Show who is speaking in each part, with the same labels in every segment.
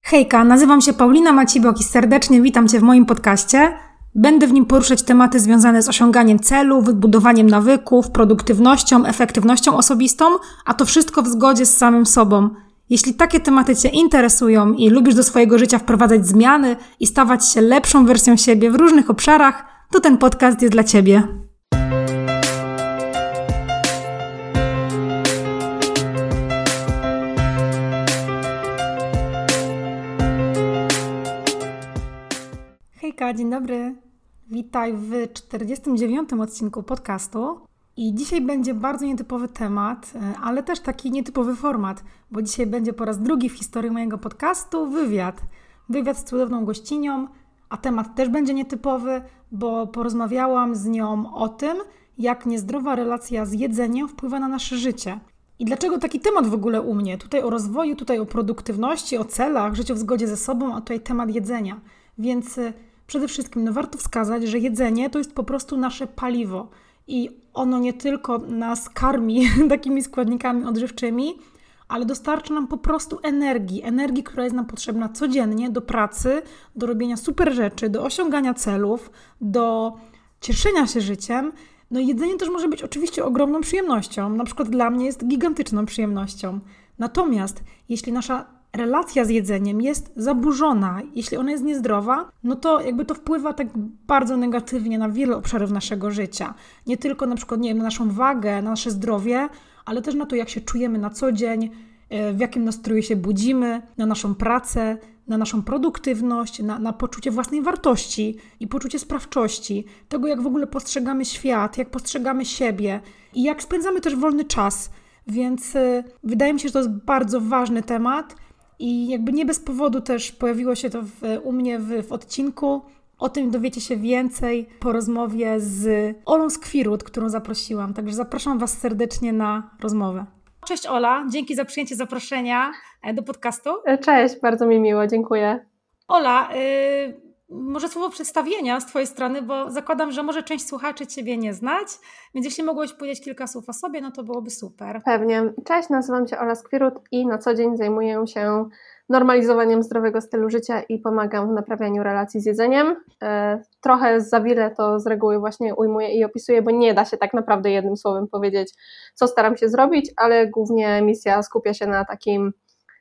Speaker 1: Hejka, nazywam się Paulina Macibok i serdecznie witam Cię w moim podcaście. Będę w nim poruszać tematy związane z osiąganiem celów, budowaniem nawyków, produktywnością, efektywnością osobistą, a to wszystko w zgodzie z samym sobą. Jeśli takie tematy Cię interesują i lubisz do swojego życia wprowadzać zmiany i stawać się lepszą wersją siebie w różnych obszarach, to ten podcast jest dla Ciebie. Hejka, dzień dobry. Witaj w 49. odcinku podcastu. I dzisiaj będzie bardzo nietypowy temat, ale też taki nietypowy format, bo dzisiaj będzie po raz drugi w historii mojego podcastu wywiad. Wywiad z cudowną gościnią, a temat też będzie nietypowy, bo porozmawiałam z nią o tym, jak niezdrowa relacja z jedzeniem wpływa na nasze życie. I dlaczego taki temat w ogóle u mnie? Tutaj o rozwoju, tutaj o produktywności, o celach, życiu w zgodzie ze sobą, a tutaj temat jedzenia. Więc przede wszystkim warto wskazać, że jedzenie to jest po prostu nasze paliwo i ono nie tylko nas karmi takimi składnikami odżywczymi, ale dostarcza nam po prostu energii, która jest nam potrzebna codziennie do pracy, do robienia super rzeczy, do osiągania celów, do cieszenia się życiem. No i jedzenie też może być oczywiście ogromną przyjemnością, na przykład dla mnie jest gigantyczną przyjemnością. Natomiast jeśli nasza relacja z jedzeniem jest zaburzona, jeśli ona jest niezdrowa, no to jakby to wpływa tak bardzo negatywnie na wiele obszarów naszego życia. Nie tylko na przykład, na naszą wagę, na nasze zdrowie, ale też na to, jak się czujemy na co dzień, w jakim nastroju się budzimy, na naszą pracę, na naszą produktywność, na poczucie własnej wartości i poczucie sprawczości, tego jak w ogóle postrzegamy świat, jak postrzegamy siebie i jak spędzamy też wolny czas. Więc wydaje mi się, że to jest bardzo ważny temat. I jakby nie bez powodu też pojawiło się to u mnie w odcinku. O tym dowiecie się więcej po rozmowie z Olą Skwirut, którą zaprosiłam. Także zapraszam Was serdecznie na rozmowę. Cześć Ola, dzięki za przyjęcie zaproszenia do podcastu.
Speaker 2: Cześć, bardzo mi miło, dziękuję.
Speaker 1: Ola, może słowo przedstawienia z Twojej strony, bo zakładam, że może część słuchaczy Ciebie nie znać, więc jeśli mogłabyś powiedzieć kilka słów o sobie, no to byłoby super.
Speaker 2: Pewnie. Cześć, nazywam się Ola Skwirut i na co dzień zajmuję się normalizowaniem zdrowego stylu życia i pomagam w naprawianiu relacji z jedzeniem. Trochę za wiele to z reguły właśnie ujmuję i opisuję, bo nie da się tak naprawdę jednym słowem powiedzieć, co staram się zrobić, ale głównie misja skupia się na takim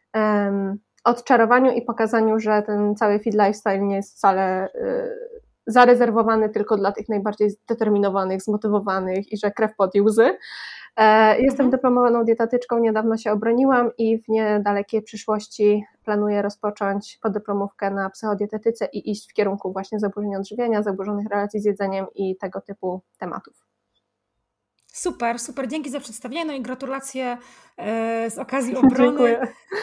Speaker 2: odczarowaniu i pokazaniu, że ten cały feed lifestyle nie jest wcale zarezerwowany tylko dla tych najbardziej zdeterminowanych, zmotywowanych i że krew, pot i łzy. Jestem dyplomowaną dietetyczką, niedawno się obroniłam i w niedalekiej przyszłości planuję rozpocząć podyplomówkę na psychodietetyce i iść w kierunku właśnie zaburzeń odżywiania, zaburzonych relacji z jedzeniem i tego typu tematów.
Speaker 1: Super, dzięki za przedstawienie, no i gratulacje z okazji obrony.
Speaker 2: Dziękuję.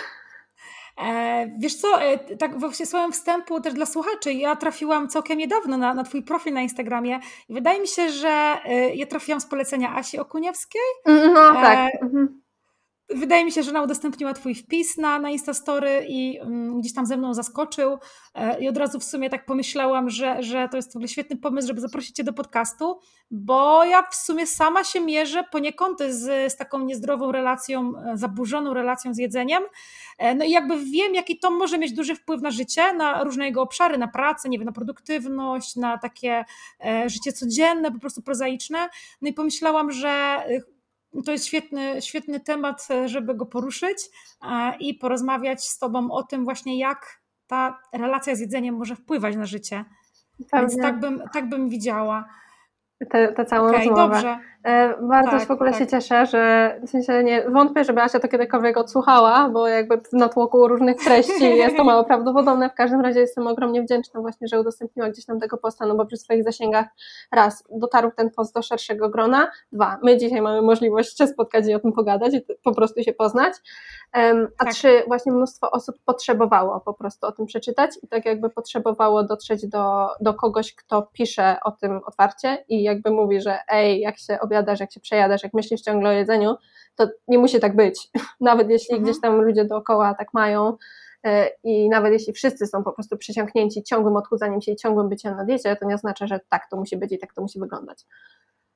Speaker 1: Wiesz co, tak właśnie słowem wstępu też dla słuchaczy, ja trafiłam całkiem niedawno na Twój profil na Instagramie i wydaje mi się, że ja trafiłam z polecenia Asi Okuniewskiej.
Speaker 2: No tak.
Speaker 1: Wydaje mi się, że ona udostępniła Twój wpis na Instastory i gdzieś tam ze mną zaskoczył i od razu w sumie tak pomyślałam, że to jest w ogóle świetny pomysł, żeby zaprosić Cię do podcastu, bo ja w sumie sama się mierzę poniekąd z taką niezdrową relacją, zaburzoną relacją z jedzeniem. No i jakby wiem, jaki to może mieć duży wpływ na życie, na różne jego obszary, na pracę, nie wiem, na produktywność, na takie życie codzienne, po prostu prozaiczne. No i pomyślałam, że to jest świetny temat, żeby go poruszyć i porozmawiać z Tobą o tym właśnie, jak ta relacja z jedzeniem może wpływać na życie. Pewnie. Więc tak bym widziała.
Speaker 2: Tę całą rozmowę.
Speaker 1: Dobrze.
Speaker 2: Bardzo też w ogóle się cieszę, że w sensie nie wątpię, żeby Asia to kiedykolwiek odsłuchała, bo jakby w natłoku różnych treści jest to mało prawdopodobne. W każdym razie jestem ogromnie wdzięczna właśnie, że udostępniła gdzieś tam tego posta, no bo przy swoich zasięgach raz, dotarł ten post do szerszego grona, dwa, my dzisiaj mamy możliwość się spotkać i o tym pogadać i po prostu się poznać, a trzy, właśnie mnóstwo osób potrzebowało po prostu o tym przeczytać i tak jakby potrzebowało dotrzeć do kogoś, kto pisze o tym otwarcie i jakby mówi, że jak się objadasz, jak się przejadasz, jak myślisz ciągle o jedzeniu, to nie musi tak być. Nawet jeśli gdzieś tam ludzie dookoła tak mają i nawet jeśli wszyscy są po prostu przysiągnięci ciągłym odchudzaniem się i ciągłym byciem na diecie, to nie oznacza, że tak to musi być i tak to musi wyglądać.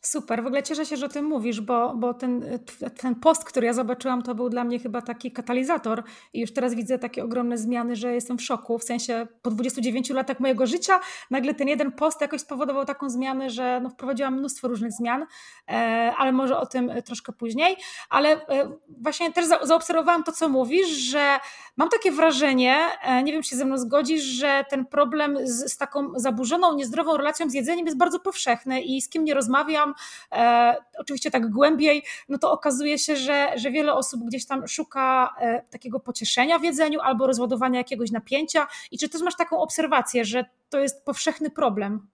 Speaker 1: Super, w ogóle cieszę się, że o tym mówisz, bo ten post, który ja zobaczyłam, to był dla mnie chyba taki katalizator i już teraz widzę takie ogromne zmiany, że jestem w szoku, w sensie po 29 latach mojego życia nagle ten jeden post jakoś spowodował taką zmianę, że no, wprowadziłam mnóstwo różnych zmian, ale może o tym troszkę później, ale właśnie też zaobserwowałam to, co mówisz, że mam takie wrażenie, nie wiem, czy się ze mną zgodzisz, że ten problem z taką zaburzoną, niezdrową relacją z jedzeniem jest bardzo powszechny i z kim nie rozmawiam, oczywiście tak głębiej, no to okazuje się, że wiele osób gdzieś tam szuka takiego pocieszenia w jedzeniu albo rozładowania jakiegoś napięcia. I czy też masz taką obserwację, że to jest powszechny problem?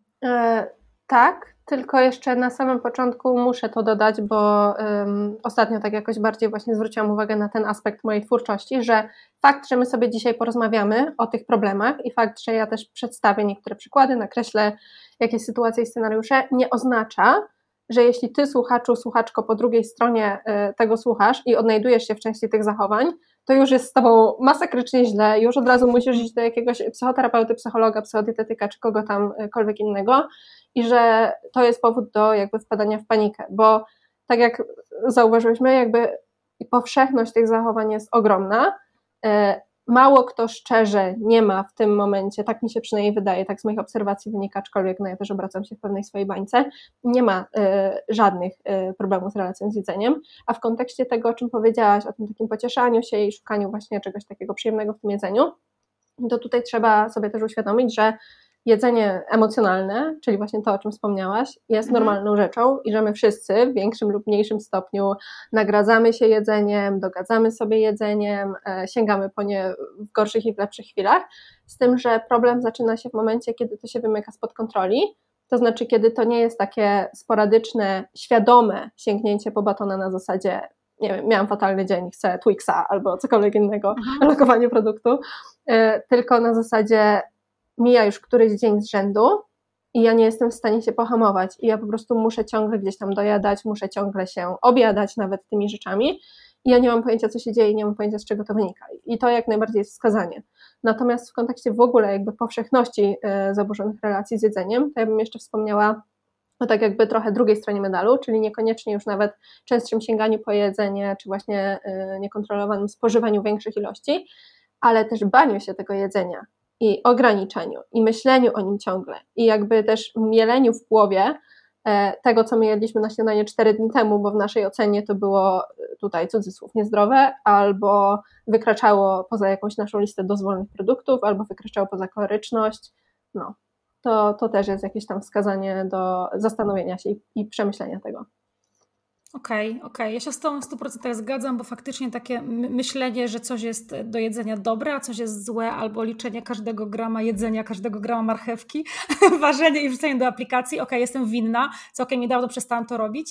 Speaker 2: Tak, tylko jeszcze na samym początku muszę to dodać, bo ostatnio tak jakoś bardziej właśnie zwróciłam uwagę na ten aspekt mojej twórczości, że fakt, że my sobie dzisiaj porozmawiamy o tych problemach i fakt, że ja też przedstawię niektóre przykłady, nakreślę jakieś sytuacje i scenariusze, nie oznacza, że jeśli ty, słuchaczu, słuchaczko, po drugiej stronie tego słuchasz i odnajdujesz się w części tych zachowań, to już jest z tobą masakrycznie źle, już od razu musisz iść do jakiegoś psychoterapeuty, psychologa, psychodietetyka czy kogo tamkolwiek innego i że to jest powód do jakby wpadania w panikę, bo tak jak zauważyliśmy, jakby powszechność tych zachowań jest ogromna, mało kto szczerze nie ma w tym momencie, tak mi się przynajmniej wydaje, tak z moich obserwacji wynika, aczkolwiek no ja też obracam się w pewnej swojej bańce, nie ma żadnych problemów z relacją z jedzeniem, a w kontekście tego, o czym powiedziałaś, o tym takim pocieszaniu się i szukaniu właśnie czegoś takiego przyjemnego w tym jedzeniu, to tutaj trzeba sobie też uświadomić, że jedzenie emocjonalne, czyli właśnie to, o czym wspomniałaś, jest normalną rzeczą i że my wszyscy w większym lub mniejszym stopniu nagradzamy się jedzeniem, dogadzamy sobie jedzeniem, sięgamy po nie w gorszych i w lepszych chwilach, z tym, że problem zaczyna się w momencie, kiedy to się wymyka spod kontroli, to znaczy, kiedy to nie jest takie sporadyczne, świadome sięgnięcie po batona na zasadzie, nie wiem, miałam fatalny dzień, chcę Twixa albo cokolwiek innego, lokowanie produktu, tylko na zasadzie mija już któryś dzień z rzędu i ja nie jestem w stanie się pohamować i ja po prostu muszę ciągle gdzieś tam dojadać, muszę ciągle się objadać nawet tymi rzeczami i ja nie mam pojęcia, co się dzieje, nie mam pojęcia, z czego to wynika i to jak najbardziej jest wskazanie. Natomiast w kontekście w ogóle jakby powszechności zaburzonych relacji z jedzeniem, to ja bym jeszcze wspomniała o tak jakby trochę drugiej stronie medalu, czyli niekoniecznie już nawet częstszym sięganiu po jedzenie, czy właśnie niekontrolowanym spożywaniu większych ilości, ale też baniu się tego jedzenia i ograniczeniu, i myśleniu o nim ciągle, i jakby też mieleniu w głowie tego, co my jedliśmy na śniadanie 4 dni temu, bo w naszej ocenie to było, tutaj cudzysłów, niezdrowe, albo wykraczało poza jakąś naszą listę dozwolonych produktów, albo wykraczało poza kaloryczność, no, to też jest jakieś tam wskazanie do zastanowienia się i przemyślenia tego.
Speaker 1: Okej. Ja się z Tobą w 100% zgadzam, bo faktycznie takie myślenie, że coś jest do jedzenia dobre, a coś jest złe, albo liczenie każdego grama jedzenia, każdego grama marchewki, ważenie i wrzucenie do aplikacji, jestem winna, co niedawno przestałam to robić.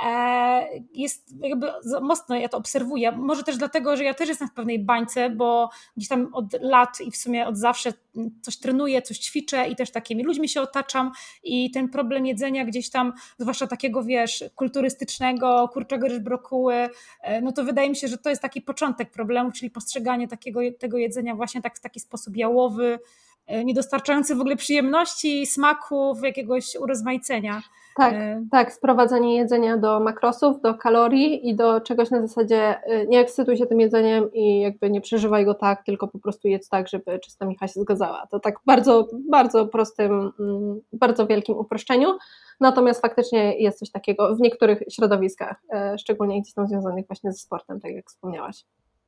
Speaker 1: Jest jakby mocno, ja to obserwuję, może też dlatego, że ja też jestem w pewnej bańce, bo gdzieś tam od lat i w sumie od zawsze coś trenuję, coś ćwiczę i też takimi ludźmi się otaczam i ten problem jedzenia gdzieś tam, zwłaszcza takiego, kulturystycznego, kurczego ryż brokuły, no to wydaje mi się, że to jest taki początek problemu, czyli postrzeganie tego jedzenia właśnie tak w taki sposób jałowy, nie dostarczający w ogóle przyjemności, smaków, jakiegoś urozmaicenia.
Speaker 2: Tak, sprowadzanie jedzenia do makrosów, do kalorii i do czegoś na zasadzie nie ekscytuj się tym jedzeniem i jakby nie przeżywaj go tak, tylko po prostu jedz tak, żeby czysta Micha się zgadzała. To tak bardzo, bardzo prostym, bardzo wielkim uproszczeniu, natomiast faktycznie jest coś takiego w niektórych środowiskach, szczególnie gdzieś tam związanych właśnie ze sportem, tak jak wspomniałaś.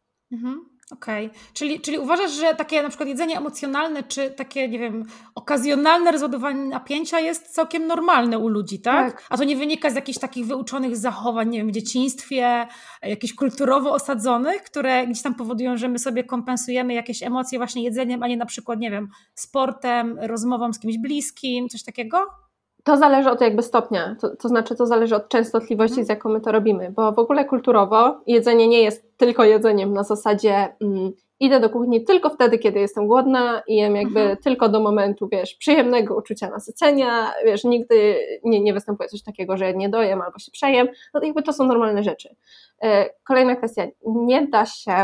Speaker 1: Okej. Czyli uważasz, że takie na przykład jedzenie emocjonalne, czy takie, nie wiem, okazjonalne rozładowanie napięcia jest całkiem normalne u ludzi, tak? A to nie wynika z jakichś takich wyuczonych zachowań, nie wiem, w dzieciństwie, jakichś kulturowo osadzonych, które gdzieś tam powodują, że my sobie kompensujemy jakieś emocje właśnie jedzeniem, a nie na przykład, nie wiem, sportem, rozmową z kimś bliskim, coś takiego?
Speaker 2: To zależy od jakby stopnia, to znaczy to zależy od częstotliwości, z jaką my to robimy, bo w ogóle kulturowo jedzenie nie jest tylko jedzeniem na zasadzie idę do kuchni tylko wtedy, kiedy jestem głodna i jem jakby tylko do momentu, przyjemnego uczucia nasycenia, nigdy nie występuje coś takiego, że nie dojem albo się przejem, no to jakby to są normalne rzeczy. Kolejna kwestia, nie da się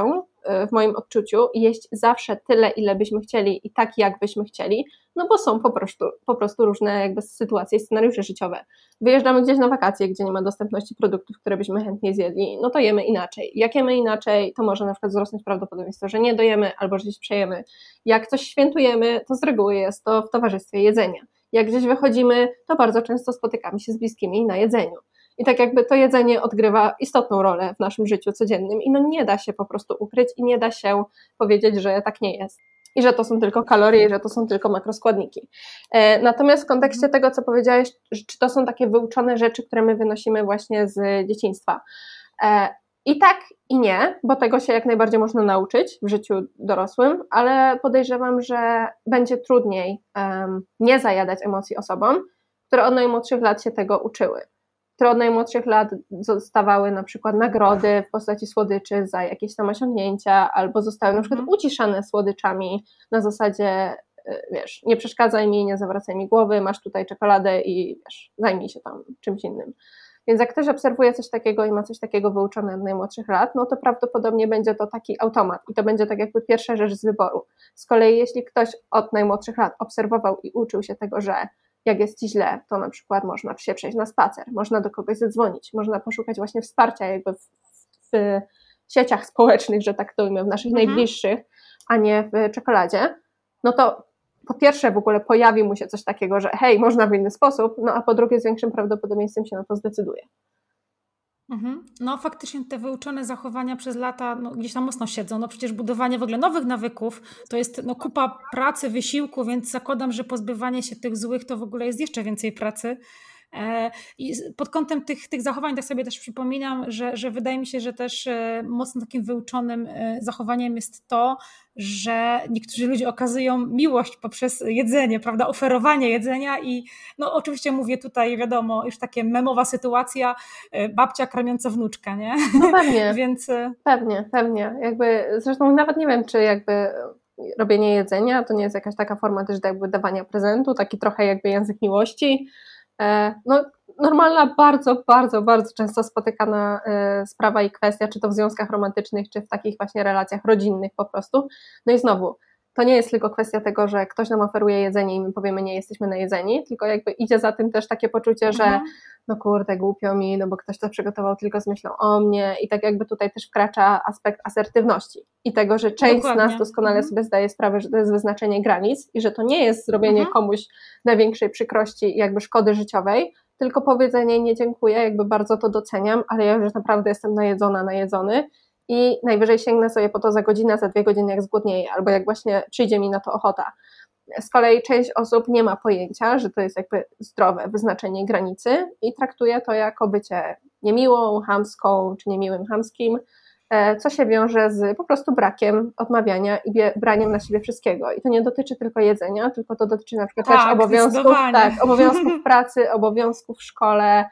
Speaker 2: w moim odczuciu jeść zawsze tyle, ile byśmy chcieli i tak, jak byśmy chcieli, no bo są po prostu różne jakby sytuacje i scenariusze życiowe. Wyjeżdżamy gdzieś na wakacje, gdzie nie ma dostępności produktów, które byśmy chętnie zjedli, no to jemy inaczej. Jak jemy inaczej, to może na przykład wzrosnąć prawdopodobieństwo, że nie dojemy albo że się przejemy. Jak coś świętujemy, to z reguły jest to w towarzystwie jedzenia. Jak gdzieś wychodzimy, to bardzo często spotykamy się z bliskimi na jedzeniu. I tak jakby to jedzenie odgrywa istotną rolę w naszym życiu codziennym i no nie da się po prostu ukryć i nie da się powiedzieć, że tak nie jest. I że to są tylko kalorie, i że to są tylko makroskładniki. Natomiast w kontekście tego, co powiedziałeś, czy to są takie wyuczone rzeczy, które my wynosimy właśnie z dzieciństwa. I tak, i nie, bo tego się jak najbardziej można nauczyć w życiu dorosłym, ale podejrzewam, że będzie trudniej nie zajadać emocji osobom, które od najmłodszych lat się tego uczyły. Które od najmłodszych lat dostawały na przykład nagrody w postaci słodyczy za jakieś tam osiągnięcia, albo zostały na przykład uciszane słodyczami na zasadzie, wiesz, nie przeszkadzaj mi, nie zawracaj mi głowy, masz tutaj czekoladę i wiesz, zajmij się tam czymś innym. Więc jak ktoś obserwuje coś takiego i ma coś takiego wyuczone od najmłodszych lat, no to prawdopodobnie będzie to taki automat i to będzie tak jakby pierwsza rzecz z wyboru. Z kolei jeśli ktoś od najmłodszych lat obserwował i uczył się tego, że jak jest ci źle, to na przykład można się przejść na spacer, można do kogoś zadzwonić, można poszukać właśnie wsparcia jakby w sieciach społecznych, że tak to ujmę, w naszych najbliższych, a nie w czekoladzie, no to po pierwsze w ogóle pojawi mu się coś takiego, że hej, można w inny sposób, no a po drugie z większym prawdopodobieństwem się na to zdecyduje.
Speaker 1: No faktycznie te wyuczone zachowania przez lata gdzieś tam mocno siedzą. No przecież budowanie w ogóle nowych nawyków to jest kupa pracy, wysiłku, więc zakładam, że pozbywanie się tych złych to w ogóle jest jeszcze więcej pracy. I pod kątem tych zachowań tak sobie też przypominam, że wydaje mi się, że też mocno takim wyuczonym zachowaniem jest to, że niektórzy ludzie okazują miłość poprzez jedzenie, prawda, oferowanie jedzenia i no oczywiście mówię tutaj, wiadomo, już takie memowa sytuacja, babcia karmiąca wnuczka, nie?
Speaker 2: No pewnie,
Speaker 1: Więc...
Speaker 2: pewnie, jakby zresztą nawet nie wiem, czy jakby robienie jedzenia to nie jest jakaś taka forma też jakby dawania prezentu, taki trochę jakby język miłości. No, normalna, bardzo, bardzo, bardzo często spotykana sprawa i kwestia, czy to w związkach romantycznych, czy w takich właśnie relacjach rodzinnych po prostu. No i znowu, to nie jest tylko kwestia tego, że ktoś nam oferuje jedzenie i my powiemy, nie jesteśmy najedzeni, tylko jakby idzie za tym też takie poczucie, że no kurde, głupio mi, no bo ktoś to przygotował tylko z myślą o mnie i tak jakby tutaj też wkracza aspekt asertywności i tego, że część z nas doskonale sobie zdaje sprawę, że to jest wyznaczenie granic i że to nie jest zrobienie komuś największej przykrości i jakby szkody życiowej, tylko powiedzenie nie dziękuję, jakby bardzo to doceniam, ale ja już naprawdę jestem najedzony i najwyżej sięgnę sobie po to za godzinę, za 2 godziny, jak zgłodnieję, albo jak właśnie przyjdzie mi na to ochota. Z kolei część osób nie ma pojęcia, że to jest jakby zdrowe wyznaczenie granicy i traktuje to jako bycie niemiłą, chamską czy niemiłym, chamskim, co się wiąże z po prostu brakiem odmawiania i braniem na siebie wszystkiego. I to nie dotyczy tylko jedzenia, tylko to dotyczy na przykład też obowiązków pracy, obowiązków w szkole.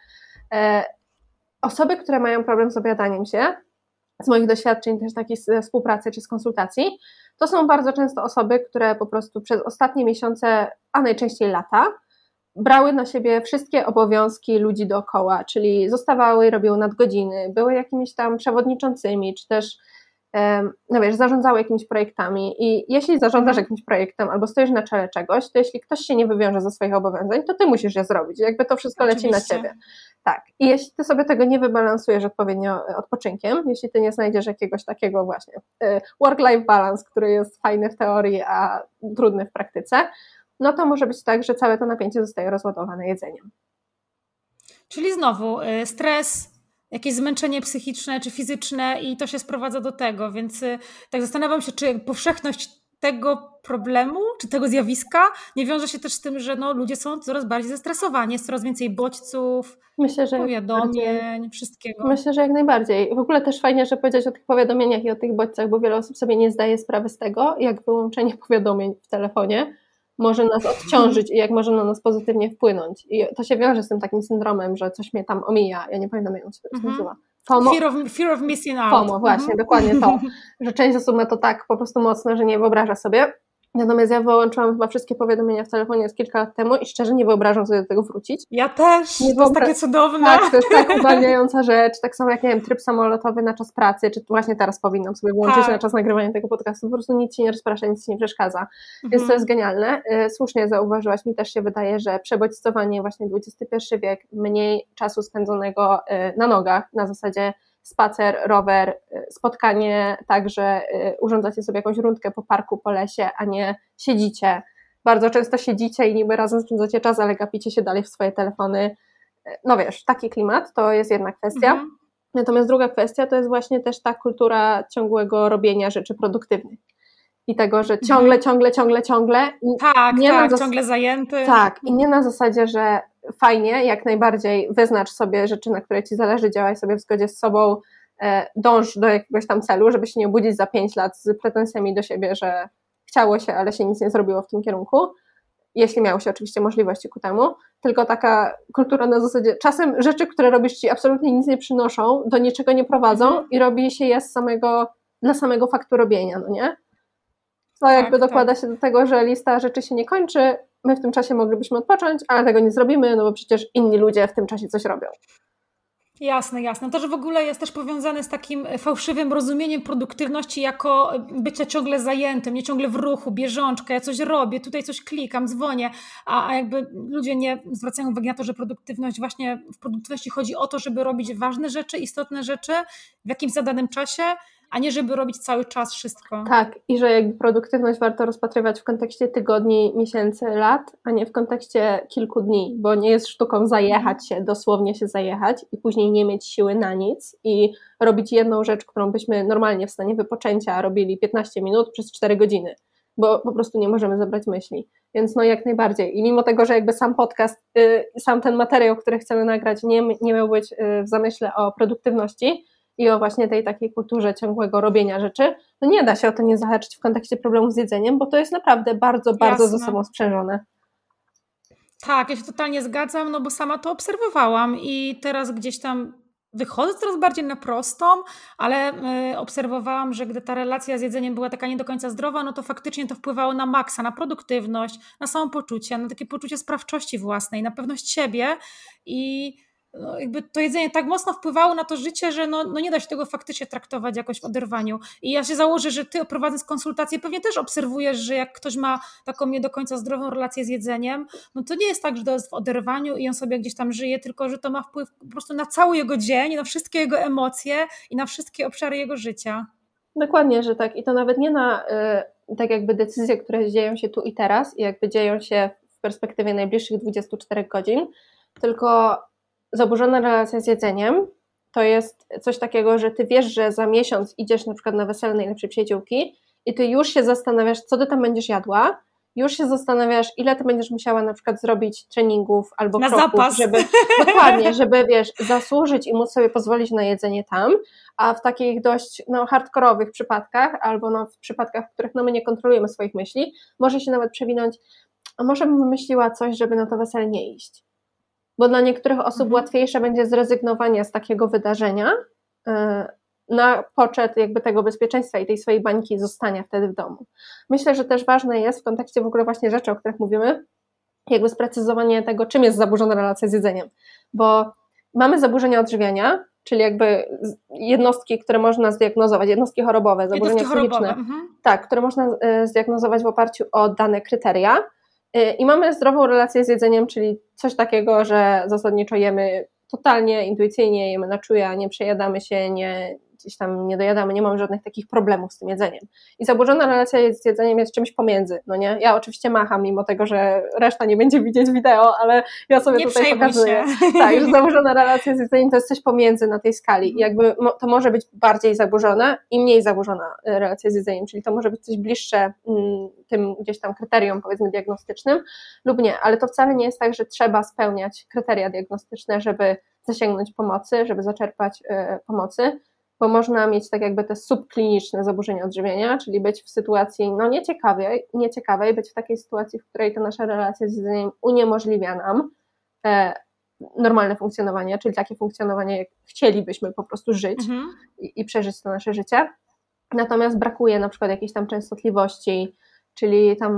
Speaker 2: Osoby, które mają problem z obiadaniem się, z moich doświadczeń też takich ze współpracy czy z konsultacji, to są bardzo często osoby, które po prostu przez ostatnie miesiące, a najczęściej lata, brały na siebie wszystkie obowiązki ludzi dookoła, czyli zostawały, robiły nadgodziny, były jakimiś tam przewodniczącymi, czy też no wiesz, zarządzały jakimiś projektami i jeśli zarządzasz jakimś projektem albo stoisz na czele czegoś, to jeśli ktoś się nie wywiąże ze swoich obowiązań, to ty musisz je zrobić, jakby to wszystko leci na ciebie. Tak. I jeśli ty sobie tego nie wybalansujesz odpowiednio odpoczynkiem, jeśli ty nie znajdziesz jakiegoś takiego właśnie work-life balance, który jest fajny w teorii, a trudny w praktyce, no to może być tak, że całe to napięcie zostaje rozładowane jedzeniem.
Speaker 1: Czyli znowu stres, jakieś zmęczenie psychiczne czy fizyczne i to się sprowadza do tego, więc tak zastanawiam się, czy powszechność tego problemu, czy tego zjawiska nie wiąże się też z tym, że no, ludzie są coraz bardziej zestresowani, jest coraz więcej bodźców, powiadomień, wszystkiego.
Speaker 2: Myślę, że jak najbardziej. W ogóle też fajnie, że powiedzieć o tych powiadomieniach i o tych bodźcach, bo wiele osób sobie nie zdaje sprawy z tego, jak wyłączenie powiadomień w telefonie może nas odciążyć i jak może na nas pozytywnie wpłynąć. I to się wiąże z tym takim syndromem, że coś mnie tam omija. Ja nie pamiętam, jak on się teraz nazywa.
Speaker 1: Fear of missing out.
Speaker 2: FOMO, właśnie, dokładnie to. Że część osób ma to tak po prostu mocno, że nie wyobraża sobie. Natomiast ja wyłączyłam chyba wszystkie powiadomienia w telefonie z kilka lat temu i szczerze nie wyobrażam sobie do tego wrócić.
Speaker 1: Ja też, to jest takie cudowne.
Speaker 2: Tak, to jest tak uwalniająca rzecz, tak samo jak, nie wiem, tryb samolotowy na czas pracy, czy właśnie teraz powinnam sobie włączyć na czas nagrywania tego podcastu, po prostu nic ci nie rozprasza, nic ci nie przeszkadza, więc to jest genialne. Słusznie zauważyłaś, mi też się wydaje, że przebodźcowanie, właśnie XXI wiek, mniej czasu spędzonego na nogach, na zasadzie spacer, rower, spotkanie, tak, że urządzacie sobie jakąś rundkę po parku, po lesie, a nie siedzicie. Bardzo często siedzicie i niby razem spędzacie czas, ale gapicie się dalej w swoje telefony. No wiesz, taki klimat to jest jedna kwestia. Natomiast druga kwestia to jest właśnie też ta kultura ciągłego robienia rzeczy produktywnych. I tego, że ciągle.
Speaker 1: Tak, ciągle zajęty.
Speaker 2: Tak, i nie na zasadzie, że fajnie, jak najbardziej wyznacz sobie rzeczy, na które ci zależy, działaj sobie w zgodzie z sobą, dąż do jakiegoś tam celu, żeby się nie obudzić za 5 lat z pretensjami do siebie, że chciało się, ale się nic nie zrobiło w tym kierunku, jeśli miało się oczywiście możliwości ku temu, tylko taka kultura na zasadzie, czasem rzeczy, które robisz ci absolutnie nic nie przynoszą, do niczego nie prowadzą i robi się je dla samego faktu robienia, no nie? To jakby dokłada się do tego, że lista rzeczy się nie kończy, my w tym czasie moglibyśmy odpocząć, ale tego nie zrobimy, no bo przecież inni ludzie w tym czasie coś robią.
Speaker 1: Jasne. To, że w ogóle jest też powiązane z takim fałszywym rozumieniem produktywności jako bycia ciągle zajętym, nie ciągle w ruchu, bieżączka, ja coś robię, tutaj coś klikam, dzwonię, a jakby ludzie nie zwracają uwagi na to, że produktywność, właśnie w produktywności chodzi o to, żeby robić ważne rzeczy, istotne rzeczy w jakimś zadanym czasie, a nie żeby robić cały czas wszystko.
Speaker 2: Tak, i że jakby produktywność warto rozpatrywać w kontekście tygodni, miesięcy, lat, a nie w kontekście kilku dni, bo nie jest sztuką zajechać się, dosłownie się zajechać i później nie mieć siły na nic i robić jedną rzecz, którą byśmy normalnie w stanie wypoczęcia robili 15 minut przez 4 godziny, bo po prostu nie możemy zebrać myśli. Więc no jak najbardziej. I mimo tego, że jakby sam podcast, sam ten materiał, który chcemy nagrać, nie miał być w zamyśle o produktywności, i o właśnie tej takiej kulturze ciągłego robienia rzeczy, no nie da się o to nie zahaczyć w kontekście problemów z jedzeniem, bo to jest naprawdę bardzo, bardzo ze sobą sprzężone.
Speaker 1: Tak, ja się totalnie zgadzam, no bo sama to obserwowałam i teraz gdzieś tam wychodzę coraz bardziej na prostą, ale obserwowałam, że gdy ta relacja z jedzeniem była taka nie do końca zdrowa, no to faktycznie to wpływało na maksa, na produktywność, na samopoczucie, na takie poczucie sprawczości własnej, na pewność siebie i no jakby to jedzenie tak mocno wpływało na to życie, że no nie da się tego faktycznie traktować jakoś w oderwaniu. I ja się założę, że ty prowadząc konsultacje pewnie też obserwujesz, że jak ktoś ma taką nie do końca zdrową relację z jedzeniem, no to nie jest tak, że to jest w oderwaniu i on sobie gdzieś tam żyje, tylko że to ma wpływ po prostu na cały jego dzień, na wszystkie jego emocje i na wszystkie obszary jego życia.
Speaker 2: Dokładnie, że tak. I to nawet nie na tak jakby decyzje, które dzieją się tu i teraz i jakby dzieją się w perspektywie najbliższych 24 godzin, tylko zaburzona relacja z jedzeniem to jest coś takiego, że ty wiesz, że za miesiąc idziesz na przykład na wesele najlepszej przyjaciółki i ty już się zastanawiasz, co ty tam będziesz jadła, już się zastanawiasz, ile ty będziesz musiała na przykład zrobić treningów albo
Speaker 1: na
Speaker 2: kroków,
Speaker 1: zapas.
Speaker 2: żeby wiesz, zasłużyć i móc sobie pozwolić na jedzenie tam, a w takich dość hardkorowych przypadkach albo w przypadkach, w których my nie kontrolujemy swoich myśli, może się nawet przewinąć, a może bym wymyśliła coś, żeby na to wesele nie iść. Bo dla niektórych osób łatwiejsze będzie zrezygnowanie z takiego wydarzenia na poczet jakby tego bezpieczeństwa i tej swojej bańki zostania wtedy w domu. Myślę, że też ważne jest w kontekście w ogóle właśnie rzeczy, o których mówimy, jakby sprecyzowanie tego, czym jest zaburzona relacja z jedzeniem. Bo mamy zaburzenia odżywiania, czyli jakby jednostki, które można zdiagnozować, jednostki chorobowe, zaburzenia psychiczne, tak, które można zdiagnozować w oparciu o dane kryteria. I mamy zdrową relację z jedzeniem, czyli coś takiego, że zasadniczo jemy totalnie intuicyjnie, jemy na czuja, nie przejadamy się, gdzieś tam nie dojadamy, nie mamy żadnych takich problemów z tym jedzeniem. I zaburzona relacja z jedzeniem jest czymś pomiędzy, no nie? Ja oczywiście macham, mimo tego, że reszta nie będzie widzieć wideo, ale ja sobie nie tutaj pokazuję. Tak, że zaburzona relacja z jedzeniem to jest coś pomiędzy na tej skali. I jakby to może być bardziej zaburzone i mniej zaburzona relacja z jedzeniem, czyli to może być coś bliższe tym gdzieś tam kryterium, powiedzmy, diagnostycznym lub nie, ale to wcale nie jest tak, że trzeba spełniać kryteria diagnostyczne, żeby zasięgnąć pomocy, żeby zaczerpać pomocy, bo można mieć tak jakby te subkliniczne zaburzenia odżywiania, czyli być w sytuacji nieciekawej, być w takiej sytuacji, w której ta nasza relacja z jedzeniem uniemożliwia nam normalne funkcjonowanie, czyli takie funkcjonowanie, jak chcielibyśmy po prostu żyć i przeżyć to nasze życie. Natomiast brakuje na przykład jakiejś tam częstotliwości, czyli tam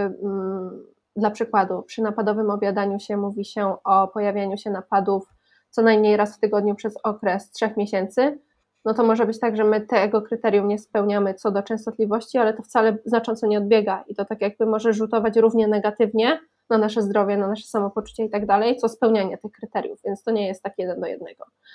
Speaker 2: dla przykładu, przy napadowym objadaniu się mówi się o pojawianiu się napadów co najmniej raz w tygodniu przez okres 3 miesięcy, no to może być tak, że my tego kryterium nie spełniamy co do częstotliwości, ale to wcale znacząco nie odbiega i to tak jakby może rzutować równie negatywnie na nasze zdrowie, na nasze samopoczucie i tak dalej, co spełnianie tych kryteriów, więc to nie jest tak 1 do 1.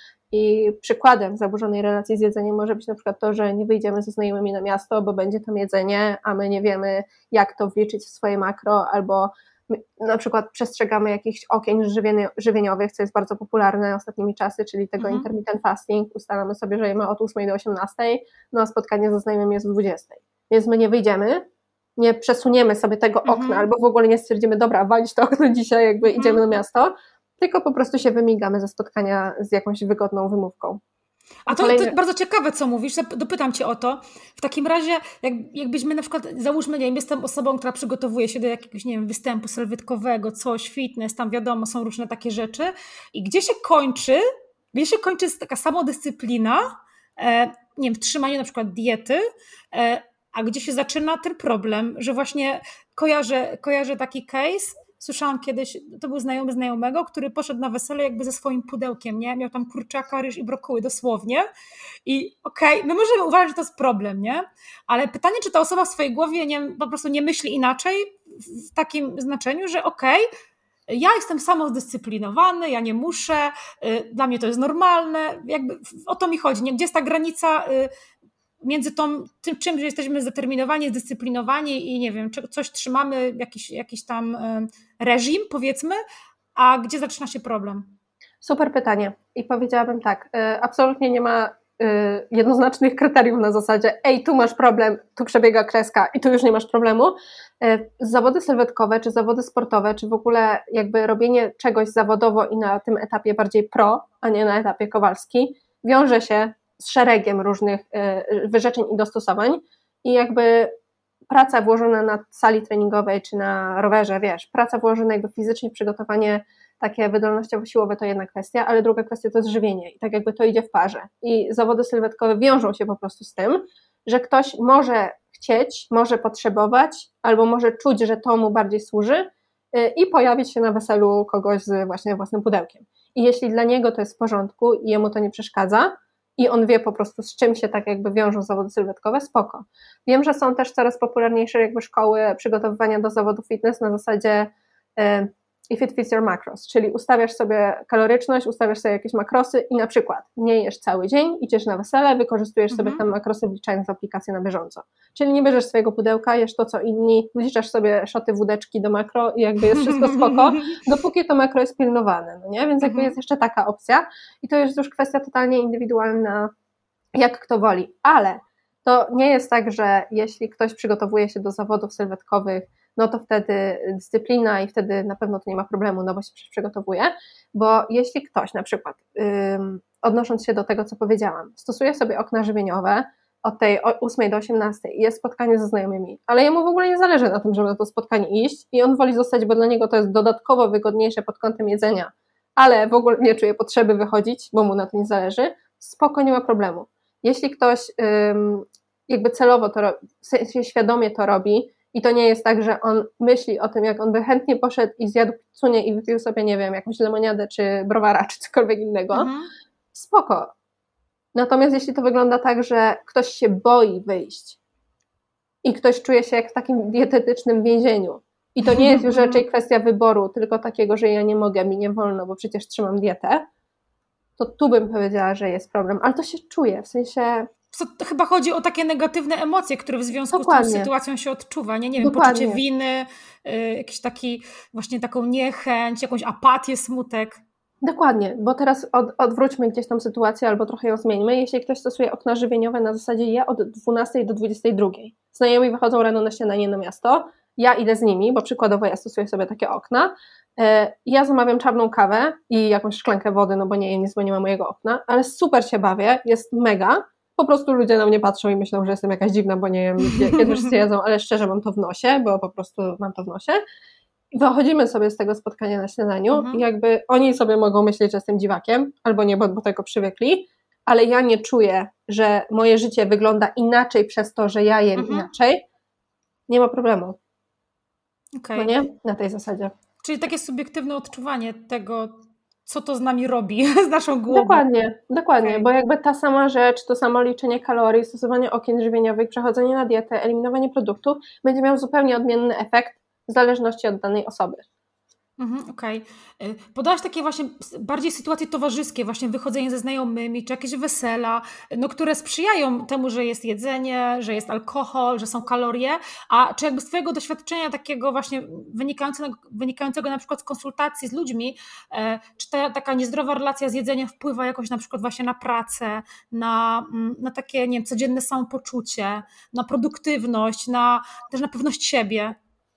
Speaker 2: I przykładem zaburzonej relacji z jedzeniem może być na przykład to, że nie wyjdziemy ze znajomymi na miasto, bo będzie tam jedzenie, a my nie wiemy, jak to wliczyć w swoje makro, albo na przykład przestrzegamy jakichś okien żywieniowych, co jest bardzo popularne ostatnimi czasy, czyli tego intermittent fasting, ustalamy sobie, że jemy od 8 do 18, no a spotkanie ze znajomymi jest o 20. Więc my nie wyjdziemy, nie przesuniemy sobie tego okna, albo w ogóle nie stwierdzimy, dobra, walić to okno dzisiaj, jakby idziemy na miasto, tylko po prostu się wymigamy ze spotkania z jakąś wygodną wymówką.
Speaker 1: A to bardzo ciekawe, co mówisz, dopytam Cię o to. W takim razie, jakbyśmy na przykład, załóżmy, nie wiem, jestem osobą, która przygotowuje się do jakiegoś, nie wiem, występu sylwetkowego, coś, fitness, tam wiadomo, są różne takie rzeczy i gdzie się kończy taka samodyscyplina, nie wiem, w trzymaniu na przykład diety, a gdzie się zaczyna ten problem, że właśnie kojarzę taki case. Słyszałam kiedyś, to był znajomy znajomego, który poszedł na wesele jakby ze swoim pudełkiem, nie? Miał tam kurczaka, ryż i brokuły dosłownie i okej, my możemy uważać, że to jest problem, nie? Ale pytanie, czy ta osoba w swojej głowie po prostu nie myśli inaczej w takim znaczeniu, że ja jestem samozdyscyplinowany, ja nie muszę, dla mnie to jest normalne, jakby o to mi chodzi, nie? Gdzie jest ta granica między tym czym, że jesteśmy zdeterminowani, zdyscyplinowani i nie wiem, coś trzymamy, jakiś tam reżim, powiedzmy, a gdzie zaczyna się problem?
Speaker 2: Super pytanie i powiedziałabym tak, absolutnie nie ma jednoznacznych kryteriów na zasadzie tu masz problem, tu przebiega kreska i tu już nie masz problemu. Zawody sylwetkowe, czy zawody sportowe, czy w ogóle jakby robienie czegoś zawodowo i na tym etapie bardziej pro, a nie na etapie Kowalski, wiąże się z szeregiem różnych wyrzeczeń i dostosowań i jakby praca włożona na sali treningowej czy na rowerze, praca włożona jakby fizycznie, przygotowanie takie wydolnościowo-siłowe to jedna kwestia, ale druga kwestia to jest żywienie i tak jakby to idzie w parze i zawody sylwetkowe wiążą się po prostu z tym, że ktoś może chcieć, może potrzebować albo może czuć, że to mu bardziej służy i pojawić się na weselu kogoś z właśnie własnym pudełkiem i jeśli dla niego to jest w porządku i jemu to nie przeszkadza i on wie po prostu z czym się tak jakby wiążą zawody sylwetkowe, spoko. Wiem, że są też coraz popularniejsze jakby szkoły przygotowywania do zawodów fitness na zasadzie if it fits your macros, czyli ustawiasz sobie kaloryczność, ustawiasz sobie jakieś makrosy i na przykład nie jesz cały dzień, idziesz na wesele, wykorzystujesz sobie tam makrosy wliczając w aplikację na bieżąco. Czyli nie bierzesz swojego pudełka, jesz to co inni, wliczasz sobie szoty wódeczki do makro i jakby jest wszystko spoko, dopóki to makro jest pilnowane, no nie? Więc jakby jest jeszcze taka opcja i to jest już kwestia totalnie indywidualna, jak kto woli, ale to nie jest tak, że jeśli ktoś przygotowuje się do zawodów sylwetkowych, no to wtedy dyscyplina i wtedy na pewno to nie ma problemu, no bo się przygotowuje, bo jeśli ktoś na przykład, odnosząc się do tego, co powiedziałam, stosuje sobie okna żywieniowe od tej 8 do 18 i jest spotkanie ze znajomymi, ale jemu w ogóle nie zależy na tym, żeby na to spotkanie iść i on woli zostać, bo dla niego to jest dodatkowo wygodniejsze pod kątem jedzenia, ale w ogóle nie czuje potrzeby wychodzić, bo mu na tym nie zależy, spoko, nie ma problemu. Jeśli ktoś jakby celowo to robi, w sensie świadomie to robi i to nie jest tak, że on myśli o tym, jak on by chętnie poszedł i zjadł pizzunię i wypił sobie, nie wiem, jakąś lemoniadę, czy browara, czy cokolwiek innego, spoko. Natomiast jeśli to wygląda tak, że ktoś się boi wyjść i ktoś czuje się jak w takim dietetycznym więzieniu i to nie jest już raczej kwestia wyboru, tylko takiego, że ja nie mogę, mi nie wolno, bo przecież trzymam dietę, to tu bym powiedziała, że jest problem, ale to się czuje, w sensie...
Speaker 1: To chyba chodzi o takie negatywne emocje, które w związku z tą sytuacją się odczuwa, nie wiem, poczucie winy, jakiś taki, właśnie taką niechęć, jakąś apatię, smutek.
Speaker 2: Dokładnie, bo teraz odwróćmy gdzieś tą sytuację albo trochę ją zmieńmy. Jeśli ktoś stosuje okna żywieniowe na zasadzie ja od 12 do 22, znajomi wychodzą rano na śniadanie na miasto, ja idę z nimi, bo przykładowo ja stosuję sobie takie okna, ja zamawiam czarną kawę i jakąś szklankę wody, no bo nie jem nic, bo nie ma mojego okna, ale super się bawię, jest mega, po prostu ludzie na mnie patrzą i myślą, że jestem jakaś dziwna, bo nie wiem, kiedy wszyscy jedzą, ale szczerze mam to w nosie, bo po prostu mam to w nosie. Wychodzimy sobie z tego spotkania na śniadaniu i jakby oni sobie mogą myśleć, że jestem dziwakiem, albo nie, bo tego przywykli, ale ja nie czuję, że moje życie wygląda inaczej przez to, że ja jem inaczej, nie ma problemu.
Speaker 1: Okay.
Speaker 2: No nie? Na tej zasadzie.
Speaker 1: Czyli takie subiektywne odczuwanie tego, co to z nami robi, z naszą głową.
Speaker 2: Dokładnie, okay. Bo jakby ta sama rzecz, to samo liczenie kalorii, stosowanie okien żywieniowych, przechodzenie na dietę, eliminowanie produktów będzie miał zupełnie odmienny efekt w zależności od danej osoby.
Speaker 1: Okej. Podałaś takie właśnie bardziej sytuacje towarzyskie, właśnie wychodzenie ze znajomymi, czy jakieś wesela, no, które sprzyjają temu, że jest jedzenie, że jest alkohol, że są kalorie, a czy jakby z twojego doświadczenia takiego właśnie wynikającego na przykład z konsultacji z ludźmi, czy ta taka niezdrowa relacja z jedzeniem wpływa jakoś na przykład właśnie na pracę, na takie, nie wiem, codzienne samopoczucie, na produktywność, też na pewność siebie?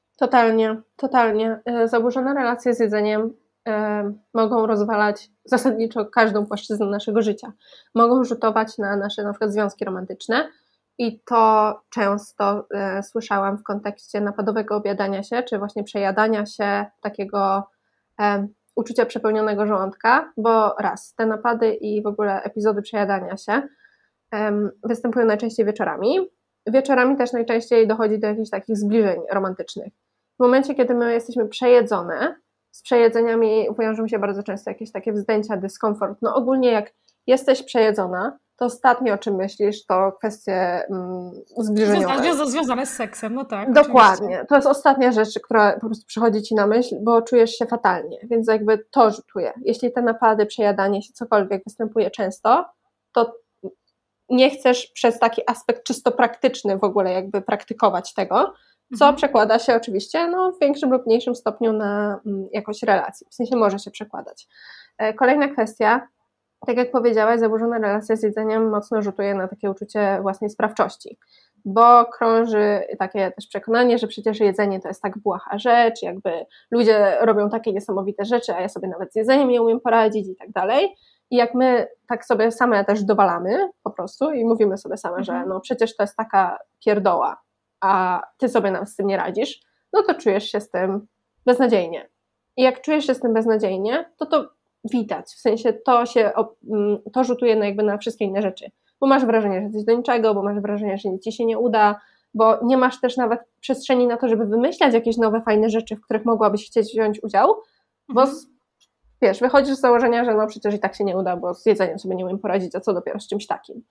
Speaker 2: Totalnie. Zaburzone relacje z jedzeniem mogą rozwalać zasadniczo każdą płaszczyznę naszego życia. Mogą rzutować na nasze na przykład związki romantyczne i to często słyszałam w kontekście napadowego objadania się, czy właśnie przejadania się, takiego uczucia przepełnionego żołądka, bo te napady i w ogóle epizody przejadania się występują najczęściej wieczorami. Wieczorami też najczęściej dochodzi do jakichś takich zbliżeń romantycznych. W momencie, kiedy my jesteśmy przejedzone, z przejedzeniami wiążą się bardzo często jakieś takie wzdęcia, dyskomfort. No ogólnie jak jesteś przejedzona, to ostatnie o czym myślisz, to kwestie zbliżeniowe.
Speaker 1: Związane z seksem, no tak.
Speaker 2: Dokładnie.
Speaker 1: Oczywiście.
Speaker 2: To jest ostatnia rzecz, która po prostu przychodzi ci na myśl, bo czujesz się fatalnie, więc jakby to rzutuje. Jeśli te napady, przejadanie się, cokolwiek występuje często, to nie chcesz przez taki aspekt czysto praktyczny w ogóle jakby praktykować tego, co przekłada się oczywiście w większym lub mniejszym stopniu na jakość relacji. W sensie może się przekładać. Kolejna kwestia, tak jak powiedziałaś, zaburzona relacja z jedzeniem mocno rzutuje na takie uczucie własnej sprawczości, bo krąży takie też przekonanie, że przecież jedzenie to jest tak błaha rzecz, jakby ludzie robią takie niesamowite rzeczy, a ja sobie nawet z jedzeniem nie umiem poradzić i tak dalej. I jak my tak sobie same też dowalamy po prostu i mówimy sobie same, że no przecież to jest taka pierdoła, a ty sobie nam z tym nie radzisz, no to czujesz się z tym beznadziejnie. I jak czujesz się z tym beznadziejnie, to widać, w sensie to rzutuje na wszystkie inne rzeczy, bo masz wrażenie, że jesteś do niczego, bo masz wrażenie, że nic ci się nie uda, bo nie masz też nawet przestrzeni na to, żeby wymyślać jakieś nowe, fajne rzeczy, w których mogłabyś chcieć wziąć udział, bo wiesz, wychodzisz z założenia, że no przecież i tak się nie uda, bo z jedzeniem sobie nie umiem poradzić, a co dopiero z czymś takim.